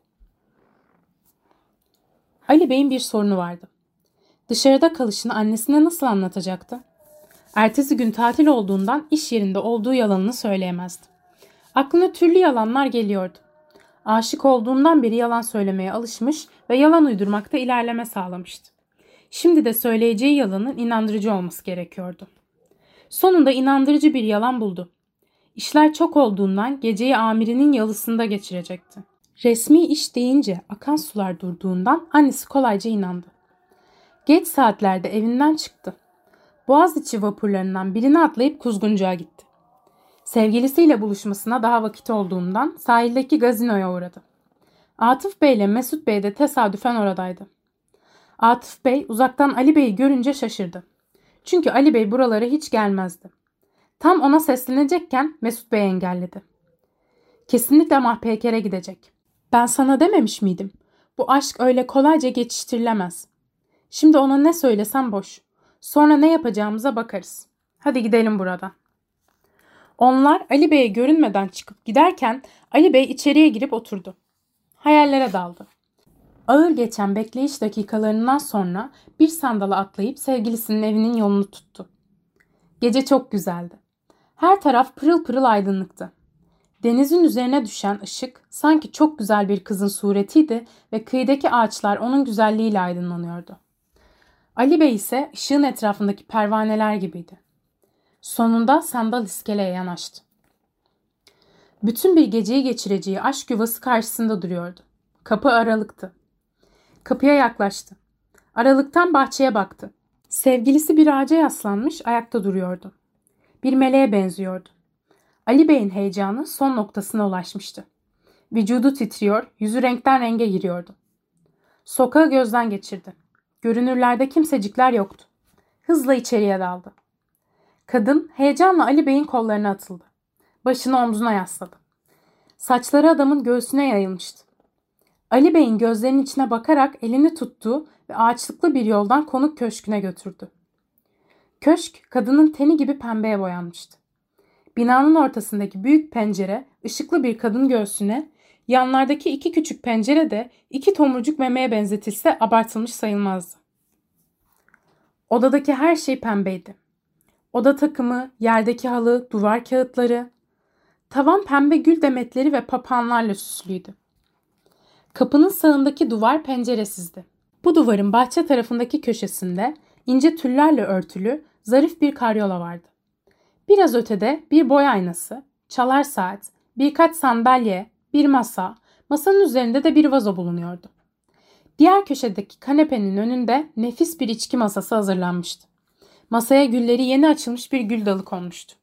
A: Ali Bey'in bir sorunu vardı. Dışarıda kalışını annesine nasıl anlatacaktı? Ertesi gün tatil olduğundan iş yerinde olduğu yalanını söyleyemezdi. Aklına türlü yalanlar geliyordu. Aşık olduğundan beri yalan söylemeye alışmış ve yalan uydurmakta ilerleme sağlamıştı. Şimdi de söyleyeceği yalanın inandırıcı olması gerekiyordu. Sonunda inandırıcı bir yalan buldu. İşler çok olduğundan geceyi amirinin yalısında geçirecekti. Resmi iş deyince akan sular durduğundan annesi kolayca inandı. Geç saatlerde evinden çıktı. Boğaziçi vapurlarından birini atlayıp Kuzguncu'ya gitti. Sevgilisiyle buluşmasına daha vakit olduğundan sahildeki gazinoya uğradı. Atıf Bey ile Mesut Bey de tesadüfen oradaydı. Atıf Bey uzaktan Ali Bey'i görünce şaşırdı. Çünkü Ali Bey buralara hiç gelmezdi. Tam ona seslenecekken Mesut Bey engelledi. "Kesinlikle Mahpeyker'e gidecek. Ben sana dememiş miydim? Bu aşk öyle kolayca geçiştirilemez. Şimdi ona ne söylesem boş. Sonra ne yapacağımıza bakarız. Hadi gidelim buradan." Onlar Ali Bey'e görünmeden çıkıp giderken Ali Bey içeriye girip oturdu. Hayallere daldı. Ağır geçen bekleyiş dakikalarından sonra bir sandala atlayıp sevgilisinin evinin yolunu tuttu. Gece çok güzeldi. Her taraf pırıl pırıl aydınlıktı. Denizin üzerine düşen ışık sanki çok güzel bir kızın suretiydi ve kıyıdaki ağaçlar onun güzelliğiyle aydınlanıyordu. Ali Bey ise ışığın etrafındaki pervaneler gibiydi. Sonunda sandal iskeleye yanaştı. Bütün bir geceyi geçireceği aşk yuvası karşısında duruyordu. Kapı aralıktı. Kapıya yaklaştı. Aralıktan bahçeye baktı. Sevgilisi bir ağaca yaslanmış ayakta duruyordu. Bir meleğe benziyordu. Ali Bey'in heyecanı son noktasına ulaşmıştı. Vücudu titriyor, yüzü renkten renge giriyordu. Sokağı gözden geçirdi. Görünürlerde kimsecikler yoktu. Hızla içeriye daldı. Kadın heyecanla Ali Bey'in kollarına atıldı. Başını omzuna yasladı. Saçları adamın göğsüne yayılmıştı. Ali Bey'in gözlerinin içine bakarak elini tuttu ve ağaçlıklı bir yoldan konuk köşküne götürdü. Köşk kadının teni gibi pembeye boyanmıştı. Binanın ortasındaki büyük pencere ışıklı bir kadın göğsüne, yanlardaki iki küçük pencere de iki tomurcuk memeye benzetilse abartılmış sayılmazdı. Odadaki her şey pembeydi. Oda takımı, yerdeki halı, duvar kağıtları, tavan pembe gül demetleri ve papağanlarla süslüydü. Kapının sağındaki duvar penceresizdi. Bu duvarın bahçe tarafındaki köşesinde ince tüllerle örtülü zarif bir karyola vardı. Biraz ötede bir boy aynası, çalar saat, birkaç sandalye, bir masa, masanın üzerinde de bir vazo bulunuyordu. Diğer köşedeki kanepenin önünde nefis bir içki masası hazırlanmıştı. Masaya gülleri yeni açılmış bir gül dalı konmuştu.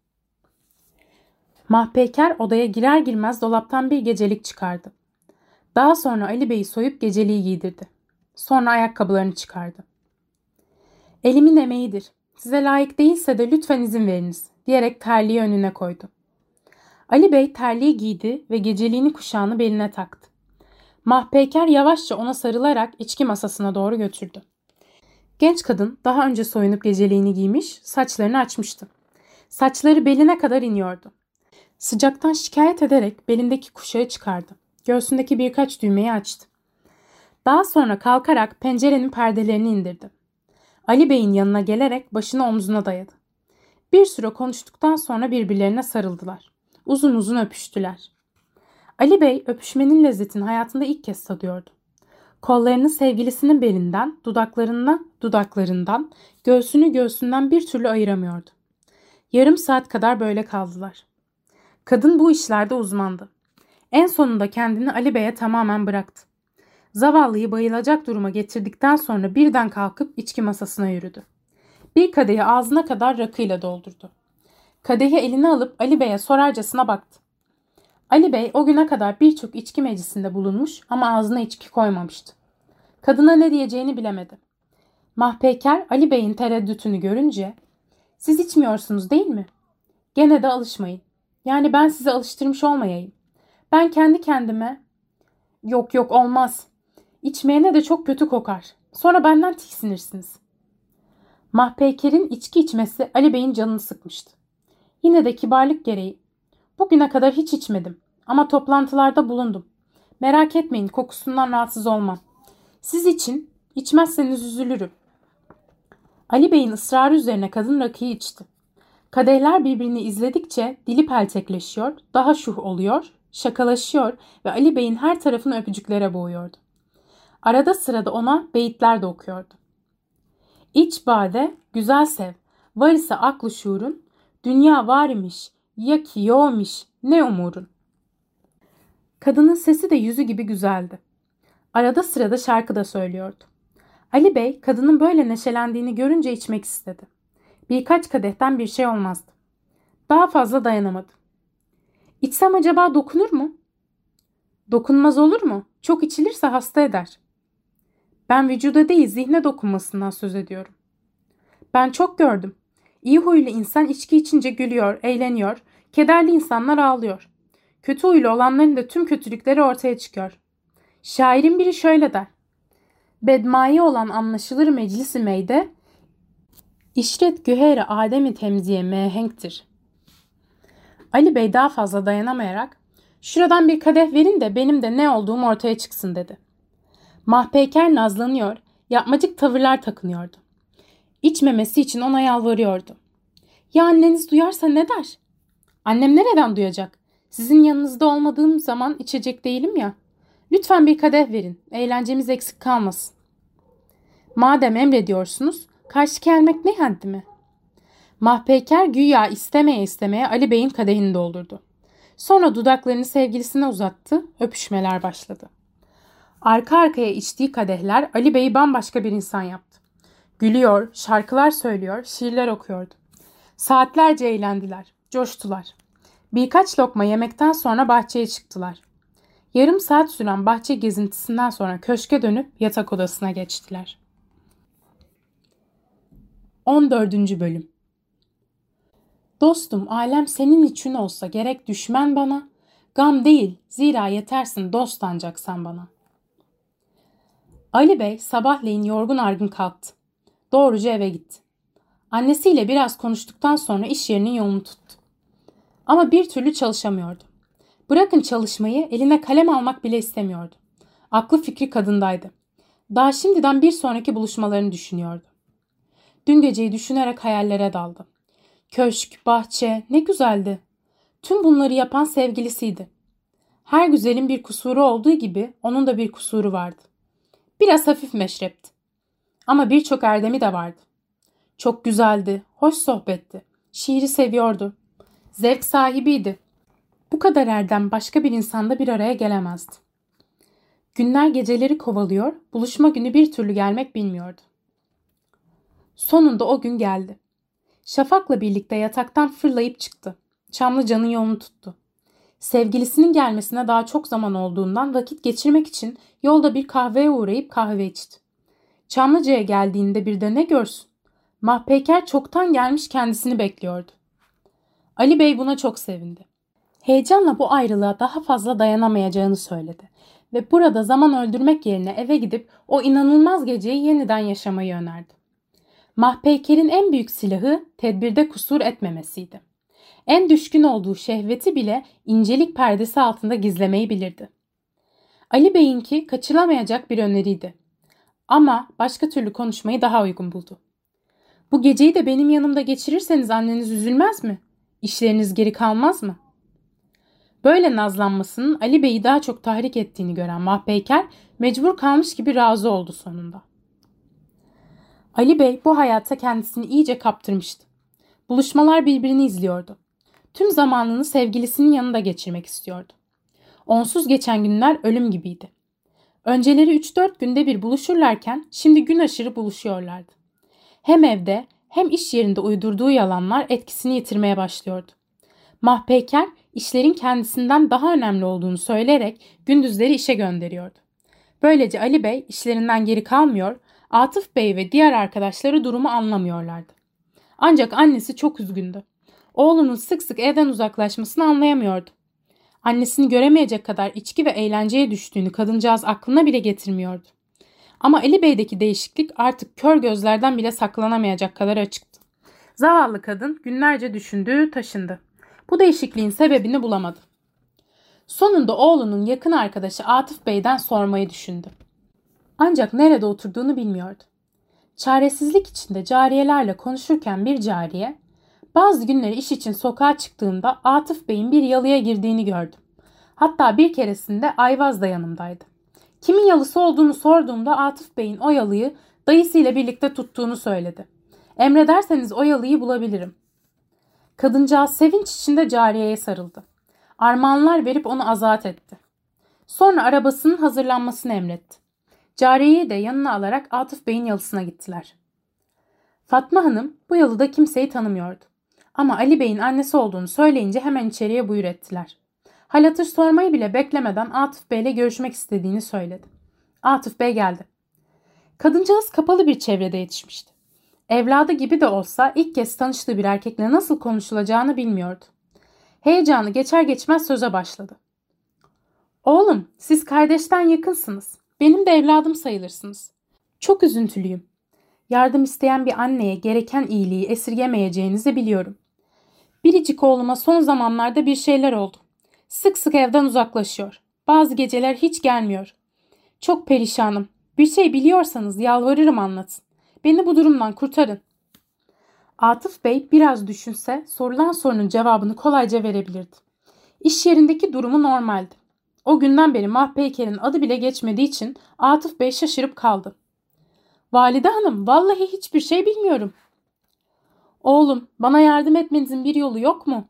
A: Mahpeyker odaya girer girmez dolaptan bir gecelik çıkardı. Daha sonra Ali Bey'i soyup geceliği giydirdi. Sonra ayakkabılarını çıkardı. Elimin emeğidir. Size layık değilse de lütfen izin veriniz diyerek terliği önüne koydu. Ali Bey terliği giydi ve geceliğini kuşağını beline taktı. Mahpeyker yavaşça ona sarılarak içki masasına doğru götürdü. Genç kadın daha önce soyunup geceliğini giymiş, saçlarını açmıştı. Saçları beline kadar iniyordu. Sıcaktan şikayet ederek belindeki kuşağı çıkardı. Göğsündeki birkaç düğmeyi açtı. Daha sonra kalkarak pencerenin perdelerini indirdi. Ali Bey'in yanına gelerek başını omzuna dayadı. Bir süre konuştuktan sonra birbirlerine sarıldılar. Uzun uzun öpüştüler. Ali Bey öpüşmenin lezzetini hayatında ilk kez tadıyordu. Kollarını sevgilisinin belinden, dudaklarından, göğsünü göğsünden bir türlü ayıramıyordu. Yarım saat kadar böyle kaldılar. Kadın bu işlerde uzmandı. En sonunda kendini Ali Bey'e tamamen bıraktı. Zavallıyı bayılacak duruma getirdikten sonra birden kalkıp içki masasına yürüdü. Bir kadehi ağzına kadar rakıyla doldurdu. Kadehi eline alıp Ali Bey'e sorarcasına baktı. Ali Bey o güne kadar birçok içki meclisinde bulunmuş ama ağzına içki koymamıştı. Kadına ne diyeceğini bilemedi. Mahpeyker Ali Bey'in tereddütünü görünce "Siz içmiyorsunuz değil mi? Gene de alışmayın. Yani ben sizi alıştırmış olmayayım. Ben kendi kendime yok olmaz. İçmeyene de çok kötü kokar. Sonra benden tiksinirsiniz." Mahpeyker'in içki içmesi Ali Bey'in canını sıkmıştı. Yine de kibarlık gereği "Bugüne kadar hiç içmedim ama toplantılarda bulundum. Merak etmeyin, kokusundan rahatsız olmam. Siz için, içmezseniz üzülürüm." Ali Bey'in ısrarı üzerine kadın rakıyı içti. Kadehler birbirini izledikçe dili peltekleşiyor, daha şuh oluyor, şakalaşıyor ve Ali Bey'in her tarafını öpücüklere boğuyordu. Arada sırada ona beyitler de okuyordu. "İç bade, güzel sev, var ise aklı şuurun, dünya var imiş, ya ki yokmuş, ne umurun." Kadının sesi de yüzü gibi güzeldi. Arada sırada şarkı da söylüyordu. Ali Bey kadının böyle neşelendiğini görünce içmek istedi. Birkaç kadehten bir şey olmazdı. Daha fazla dayanamadı. "İçsem acaba dokunur mu?" "Dokunmaz olur mu? Çok içilirse hasta eder." "Ben vücuda değil zihne dokunmasından söz ediyorum." "Ben çok gördüm. İyi huylu insan içki içince gülüyor, eğleniyor. Kederli insanlar ağlıyor. Kötü huylu olanların da tüm kötülükleri ortaya çıkıyor. Şairin biri şöyle der: bedmai olan anlaşılır meclisi meyde, işret gühere Adem'i temziye mehenktir." Ali Bey daha fazla dayanamayarak "Şuradan bir kadeh verin de benim de ne olduğum ortaya çıksın" dedi. Mahpeyker nazlanıyor, yapmacık tavırlar takınıyordu. İçmemesi için ona yalvarıyordu. "Ya anneniz duyarsa ne der?" "Annem nereden duyacak? Sizin yanınızda olmadığım zaman içecek değilim ya. Lütfen bir kadeh verin, eğlencemiz eksik kalmasın." "Madem emrediyorsunuz, karşı gelmek ne haddime?" Mahpeyker güya istemeye Ali Bey'in kadehini doldurdu. Sonra dudaklarını sevgilisine uzattı, öpüşmeler başladı. Arka arkaya içtiği kadehler Ali Bey'i bambaşka bir insan yaptı. Gülüyor, şarkılar söylüyor, şiirler okuyordu. Saatlerce eğlendiler, coştular. Birkaç lokma yemekten sonra bahçeye çıktılar. Yarım saat süren bahçe gezintisinden sonra köşke dönüp yatak odasına geçtiler. 14. Bölüm. "Dostum, alem senin için olsa gerek düşmen bana, gam değil, zira yetersin dost ancak sen bana." Ali Bey sabahleyin yorgun argın kalktı. Doğruca eve gitti. Annesiyle biraz konuştuktan sonra iş yerinin yolunu tuttu. Ama bir türlü çalışamıyordu. Bırakın çalışmayı, eline kalem almak bile istemiyordu. Aklı fikri kadındaydı. Daha şimdiden bir sonraki buluşmalarını düşünüyordu. Dün geceyi düşünerek hayallere daldı. Köşk, bahçe ne güzeldi. Tüm bunları yapan sevgilisiydi. Her güzelin bir kusuru olduğu gibi onun da bir kusuru vardı. Biraz hafif meşrepti. Ama birçok erdemi de vardı. Çok güzeldi, hoş sohbetti. Şiiri seviyordu. Zevk sahibiydi. Bu kadar erdem başka bir insanda bir araya gelemezdi. Günler geceleri kovalıyor, buluşma günü bir türlü gelmek bilmiyordu. Sonunda o gün geldi. Şafak'la birlikte yataktan fırlayıp çıktı. Çamlıca'nın yolunu tuttu. Sevgilisinin gelmesine daha çok zaman olduğundan vakit geçirmek için yolda bir kahveye uğrayıp kahve içti. Çamlıca'ya geldiğinde bir de ne görsün? Mahpeyker çoktan gelmiş kendisini bekliyordu. Ali Bey buna çok sevindi. Heyecanla bu ayrılığa daha fazla dayanamayacağını söyledi ve burada zaman öldürmek yerine eve gidip o inanılmaz geceyi yeniden yaşamayı önerdi. Mahpeyker'in en büyük silahı tedbirde kusur etmemesiydi. En düşkün olduğu şehveti bile incelik perdesi altında gizlemeyi bilirdi. Ali Bey'inki kaçılamayacak bir öneriydi. Ama başka türlü konuşmayı daha uygun buldu. Bu geceyi de benim yanımda geçirirseniz anneniz üzülmez mi? İşleriniz geri kalmaz mı? Böyle nazlanmasının Ali Bey'i daha çok tahrik ettiğini gören Mahpeyker mecbur kalmış gibi razı oldu sonunda. Ali Bey bu hayata kendisini iyice kaptırmıştı. Buluşmalar birbirini izliyordu. Tüm zamanını sevgilisinin yanında geçirmek istiyordu. Onsuz geçen günler ölüm gibiydi. Önceleri 3-4 günde bir buluşurlarken şimdi gün aşırı buluşuyorlardı. Hem evde hem iş yerinde uydurduğu yalanlar etkisini yitirmeye başlıyordu. Mahpeyker işlerin kendisinden daha önemli olduğunu söyleyerek gündüzleri işe gönderiyordu. Böylece Ali Bey işlerinden geri kalmıyor, Atıf Bey ve diğer arkadaşları durumu anlamıyorlardı. Ancak annesi çok üzgündü. Oğlunun sık sık evden uzaklaşmasını anlayamıyordu. Annesini göremeyecek kadar içki ve eğlenceye düştüğünü kadıncağız aklına bile getirmiyordu. Ama Ali Bey'deki değişiklik artık kör gözlerden bile saklanamayacak kadar açıktı. Zavallı kadın günlerce düşündü, taşındı. Bu değişikliğin sebebini bulamadı. Sonunda oğlunun yakın arkadaşı Atıf Bey'den sormayı düşündü. Ancak nerede oturduğunu bilmiyordu. Çaresizlik içinde cariyelerle konuşurken bir cariye, bazı günleri iş için sokağa çıktığımda Atıf Bey'in bir yalıya girdiğini gördüm. Hatta bir keresinde Ayvaz da yanımdaydı. Kimin yalısı olduğunu sorduğumda Atıf Bey'in o yalıyı dayısıyla birlikte tuttuğunu söyledi. Emrederseniz o yalıyı bulabilirim. Kadıncağız sevinç içinde cariyeye sarıldı. Armağanlar verip onu azat etti. Sonra arabasının hazırlanmasını emretti. Cariyeyi de yanına alarak Atıf Bey'in yalısına gittiler. Fatma Hanım bu yalıda kimseyi tanımıyordu. Ama Ali Bey'in annesi olduğunu söyleyince hemen içeriye buyur ettiler. Hal hatır sormayı bile beklemeden Atıf Bey'le görüşmek istediğini söyledi. Atıf Bey geldi. Kadıncağız kapalı bir çevrede yetişmişti. Evladı gibi de olsa ilk kez tanıştığı bir erkekle nasıl konuşulacağını bilmiyordu. Heyecanı geçer geçmez söze başladı. Oğlum, siz kardeşten yakınsınız. Benim de evladım sayılırsınız. Çok üzüntülüyüm. Yardım isteyen bir anneye gereken iyiliği esirgemeyeceğinizi biliyorum. Biricik oğluma son zamanlarda bir şeyler oldu. Sık sık evden uzaklaşıyor. Bazı geceler hiç gelmiyor. Çok perişanım. Bir şey biliyorsanız yalvarırım anlatın. Beni bu durumdan kurtarın. Atıf Bey biraz düşünse sorulan sorunun cevabını kolayca verebilirdi. İş yerindeki durumu normaldi. O günden beri Mahpeyker'in adı bile geçmediği için Atıf Bey şaşırıp kaldı. Valide Hanım, vallahi hiçbir şey bilmiyorum. Oğlum, bana yardım etmenizin bir yolu yok mu?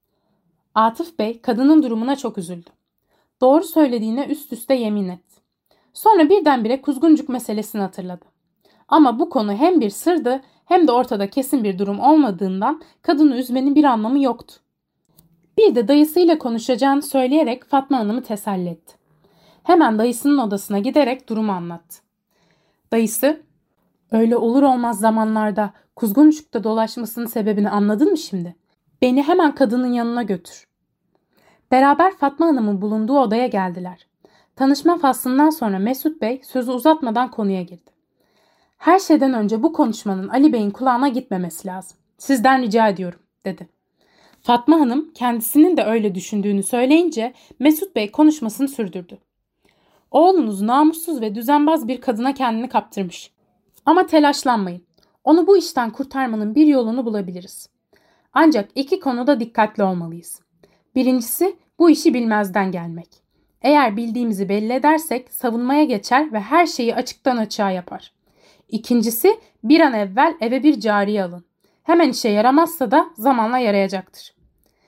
A: Atıf Bey kadının durumuna çok üzüldü. Doğru söylediğine üst üste yemin etti. Sonra birdenbire kuzguncuk meselesini hatırladı. Ama bu konu hem bir sırdı hem de ortada kesin bir durum olmadığından kadını üzmenin bir anlamı yoktu. Bir de dayısıyla konuşacağını söyleyerek Fatma Hanım'ı teselli etti. Hemen dayısının odasına giderek durumu anlattı. Dayısı, öyle olur olmaz zamanlarda kuzguncukta dolaşmasının sebebini anladın mı şimdi? Beni hemen kadının yanına götür. Beraber Fatma Hanım'ın bulunduğu odaya geldiler. Tanışma faslından sonra Mesut Bey sözü uzatmadan konuya girdi. Her şeyden önce bu konuşmanın Ali Bey'in kulağına gitmemesi lazım. Sizden rica ediyorum, dedi. Fatma Hanım kendisinin de öyle düşündüğünü söyleyince Mesut Bey konuşmasını sürdürdü. Oğlunuz namussuz ve düzenbaz bir kadına kendini kaptırmış. Ama telaşlanmayın. Onu bu işten kurtarmanın bir yolunu bulabiliriz. Ancak iki konuda dikkatli olmalıyız. Birincisi bu işi bilmezden gelmek. Eğer bildiğimizi belli edersek savunmaya geçer ve her şeyi açıktan açığa yapar. İkincisi bir an evvel eve bir cariye alın. Hemen işe yaramazsa da zamanla yarayacaktır.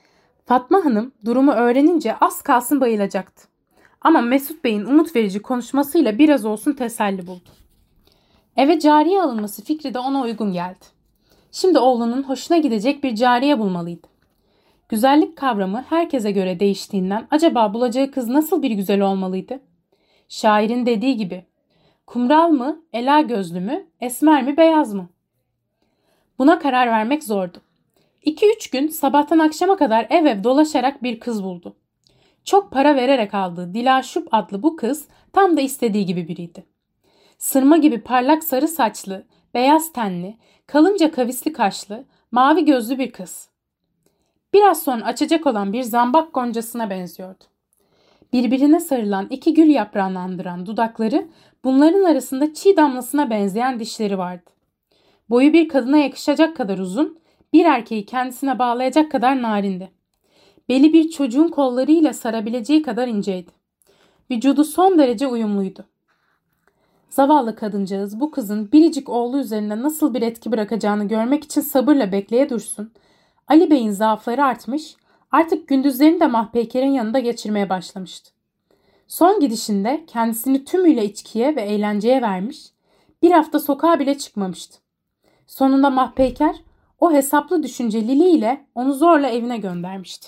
A: Fatma Hanım durumu öğrenince az kalsın bayılacaktı. Ama Mesut Bey'in umut verici konuşmasıyla biraz olsun teselli buldu. Eve cariye alınması fikri de ona uygun geldi. Şimdi oğlunun hoşuna gidecek bir cariye bulmalıydı. Güzellik kavramı herkese göre değiştiğinden acaba bulacağı kız nasıl bir güzel olmalıydı? Şairin dediği gibi, kumral mı, ela gözlü mü, esmer mi, beyaz mı? Buna karar vermek zordu. 2-3 gün sabahtan akşama kadar ev dolaşarak bir kız buldu. Çok para vererek aldığı Dilaşup adlı bu kız tam da istediği gibi biriydi. Sırma gibi parlak sarı saçlı, beyaz tenli, kalınca kavisli kaşlı, mavi gözlü bir kız. Biraz sonra açacak olan bir zambak goncasına benziyordu. Birbirine sarılan iki gül yaprağını andıran dudakları, bunların arasında çiğ damlasına benzeyen dişleri vardı. Boyu bir kadına yakışacak kadar uzun, bir erkeği kendisine bağlayacak kadar narindi. Beli bir çocuğun kollarıyla sarabileceği kadar inceydi. Vücudu son derece uyumluydu. Zavallı kadıncağız bu kızın biricik oğlu üzerinde nasıl bir etki bırakacağını görmek için sabırla bekleye dursun. Ali Bey'in zaafları artmış, artık gündüzlerini de Mahpeyker'in yanında geçirmeye başlamıştı. Son gidişinde kendisini tümüyle içkiye ve eğlenceye vermiş, bir hafta sokağa bile çıkmamıştı. Sonunda Mahpeyker o hesaplı düşünceliliğiyle onu zorla evine göndermişti.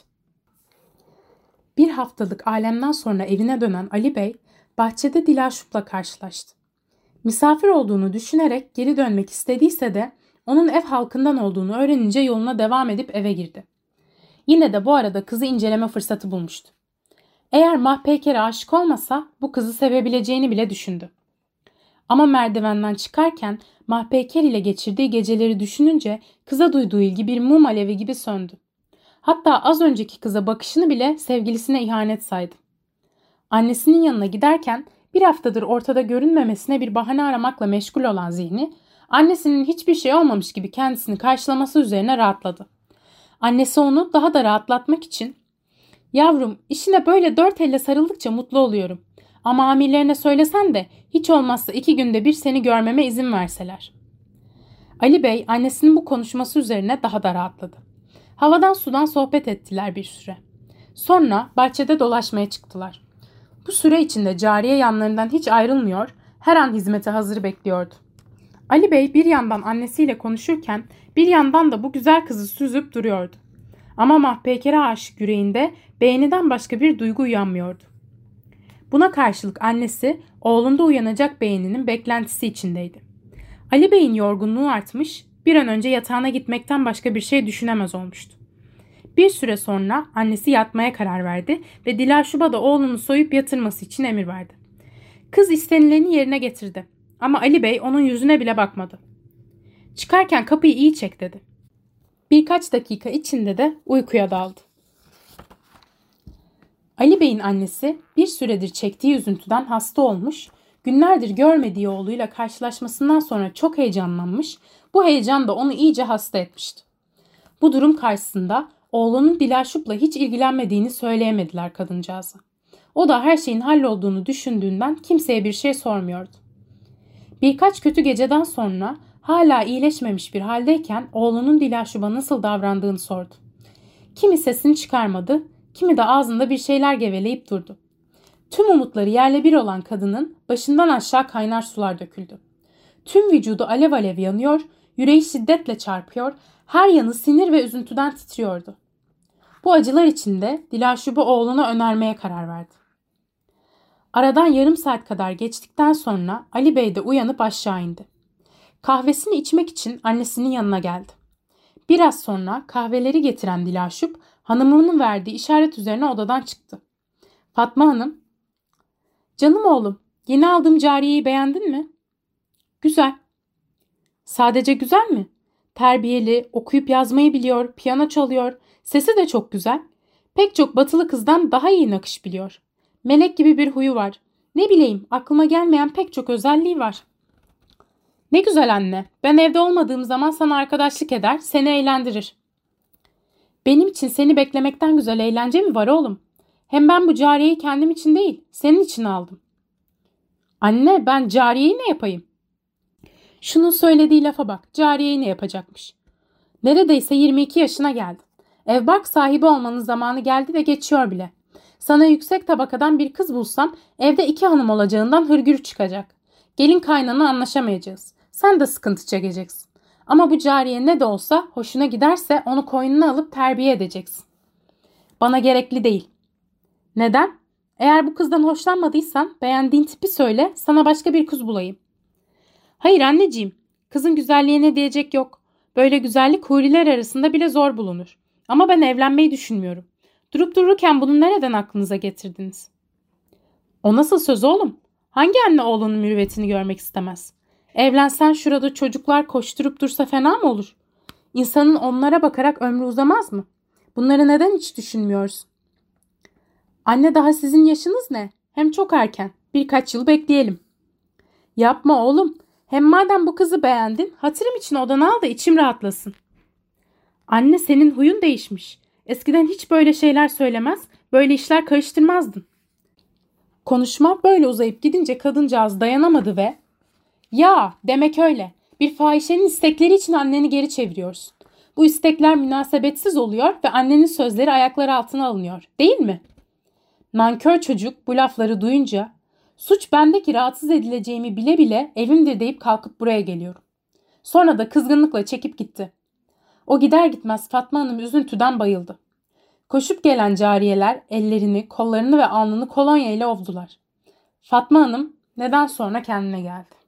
A: Bir haftalık alemden sonra evine dönen Ali Bey, bahçede Dilaşup'la karşılaştı. Misafir olduğunu düşünerek geri dönmek istediyse de onun ev halkından olduğunu öğrenince yoluna devam edip eve girdi. Yine de bu arada kızı inceleme fırsatı bulmuştu. Eğer Mahpeyker'e aşık olmasa bu kızı sevebileceğini bile düşündü. Ama merdivenden çıkarken Mahpeyker ile geçirdiği geceleri düşününce kıza duyduğu ilgi bir mum alevi gibi söndü. Hatta az önceki kıza bakışını bile sevgilisine ihanet saydı. Annesinin yanına giderken bir haftadır ortada görünmemesine bir bahane aramakla meşgul olan zihni, annesinin hiçbir şey olmamış gibi kendisini karşılaması üzerine rahatladı. Annesi onu daha da rahatlatmak için, "Yavrum, işine böyle dört elle sarıldıkça mutlu oluyorum. Ama amirlerine söylesen de hiç olmazsa 2 günde bir seni görmeme izin verseler." Ali Bey annesinin bu konuşması üzerine daha da rahatladı. Havadan sudan sohbet ettiler bir süre. Sonra bahçede dolaşmaya çıktılar. Bu süre içinde cariye yanlarından hiç ayrılmıyor, her an hizmete hazır bekliyordu. Ali Bey bir yandan annesiyle konuşurken bir yandan da bu güzel kızı süzüp duruyordu. Ama Mahpeyker'e aşık yüreğinde beğeniden başka bir duygu uyanmıyordu. Buna karşılık annesi oğlunda uyanacak beğeninin beklentisi içindeydi. Ali Bey'in yorgunluğu artmış, bir an önce yatağına gitmekten başka bir şey düşünemez olmuştu. Bir süre sonra annesi yatmaya karar verdi ve Dilaşub'a da oğlunu soyup yatırması için emir verdi. Kız istenileni yerine getirdi ama Ali Bey onun yüzüne bile bakmadı. "Çıkarken kapıyı iyi çek," dedi. Birkaç dakika içinde de uykuya daldı. Ali Bey'in annesi bir süredir çektiği üzüntüden hasta olmuş, günlerdir görmediği oğluyla karşılaşmasından sonra çok heyecanlanmış, bu heyecan da onu iyice hasta etmişti. Bu durum karşısında oğlunun Dilaşup'la hiç ilgilenmediğini söyleyemediler kadıncağıza. O da her şeyin hallolduğunu düşündüğünden kimseye bir şey sormuyordu. Birkaç kötü geceden sonra hala iyileşmemiş bir haldeyken oğlunun Dilaşup'a nasıl davrandığını sordu. Kimi sesini çıkarmadı, kimi de ağzında bir şeyler geveleyip durdu. Tüm umutları yerle bir olan kadının başından aşağı kaynar sular döküldü. Tüm vücudu alev alev yanıyor, yüreği şiddetle çarpıyor, her yanı sinir ve üzüntüden titriyordu. Bu acılar içinde Dilaşup'u oğluna önermeye karar verdi. Aradan yarım saat kadar geçtikten sonra Ali Bey de uyanıp aşağı indi. Kahvesini içmek için annesinin yanına geldi. Biraz sonra kahveleri getiren Dilaşup hanımının verdiği işaret üzerine odadan çıktı. "Fatma Hanım." "Canım oğlum, yeni aldığım cariyeyi beğendin mi?" "Güzel." "Sadece güzel mi? Terbiyeli, okuyup yazmayı biliyor, piyano çalıyor, sesi de çok güzel. Pek çok batılı kızdan daha iyi nakış biliyor. Melek gibi bir huyu var. Ne bileyim, aklıma gelmeyen pek çok özelliği var." "Ne güzel anne. Ben evde olmadığım zaman sana arkadaşlık eder, seni eğlendirir." "Benim için seni beklemekten güzel eğlence mi var oğlum? Hem ben bu cariyeyi kendim için değil, senin için aldım." "Anne, ben cariyeyi ne yapayım?" Şunun söylediği lafa bak, cariyeyi ne yapacakmış? Neredeyse 22 yaşına geldi. Ev bark sahibi olmanın zamanı geldi ve geçiyor bile. Sana yüksek tabakadan bir kız bulsam evde 2 hanım olacağından hırgür çıkacak. Gelin kaynana anlaşamayacağız. Sen de sıkıntı çekeceksin. Ama bu cariye ne de olsa hoşuna giderse onu koynuna alıp terbiye edeceksin. Bana gerekli değil. Neden? Eğer bu kızdan hoşlanmadıysan beğendiğin tipi söyle, sana başka bir kız bulayım. Hayır anneciğim, kızın güzelliğine diyecek yok. Böyle güzellik huriler arasında bile zor bulunur. Ama ben evlenmeyi düşünmüyorum. Durup dururken bunu nereden aklınıza getirdiniz? O nasıl söz oğlum? Hangi anne oğlunun mürüvvetini görmek istemez? Evlensen şurada çocuklar koşturup dursa fena mı olur? İnsanın onlara bakarak ömrü uzamaz mı? Bunları neden hiç düşünmüyorsun? Anne daha sizin yaşınız ne? Hem çok erken. Birkaç yıl bekleyelim. Yapma oğlum. Hem madem bu kızı beğendin, hatırım için odana al da içim rahatlasın. Anne senin huyun değişmiş. Eskiden hiç böyle şeyler söylemez, böyle işler karıştırmazdın. Konuşma böyle uzayıp gidince kadıncağız dayanamadı ve "Ya, demek öyle. Bir fahişenin istekleri için anneni geri çeviriyorsun. Bu istekler münasebetsiz oluyor ve annenin sözleri ayakları altına alınıyor, değil mi?" Nankör çocuk bu lafları duyunca "Suç bendeki, rahatsız edileceğimi bile bile evimdir" deyip kalkıp buraya geliyorum. Sonra da kızgınlıkla çekip gitti. O gider gitmez Fatma Hanım üzüntüden bayıldı. Koşup gelen cariyeler ellerini, kollarını ve alnını kolonya ile ovdular. Fatma Hanım neden sonra kendine geldi.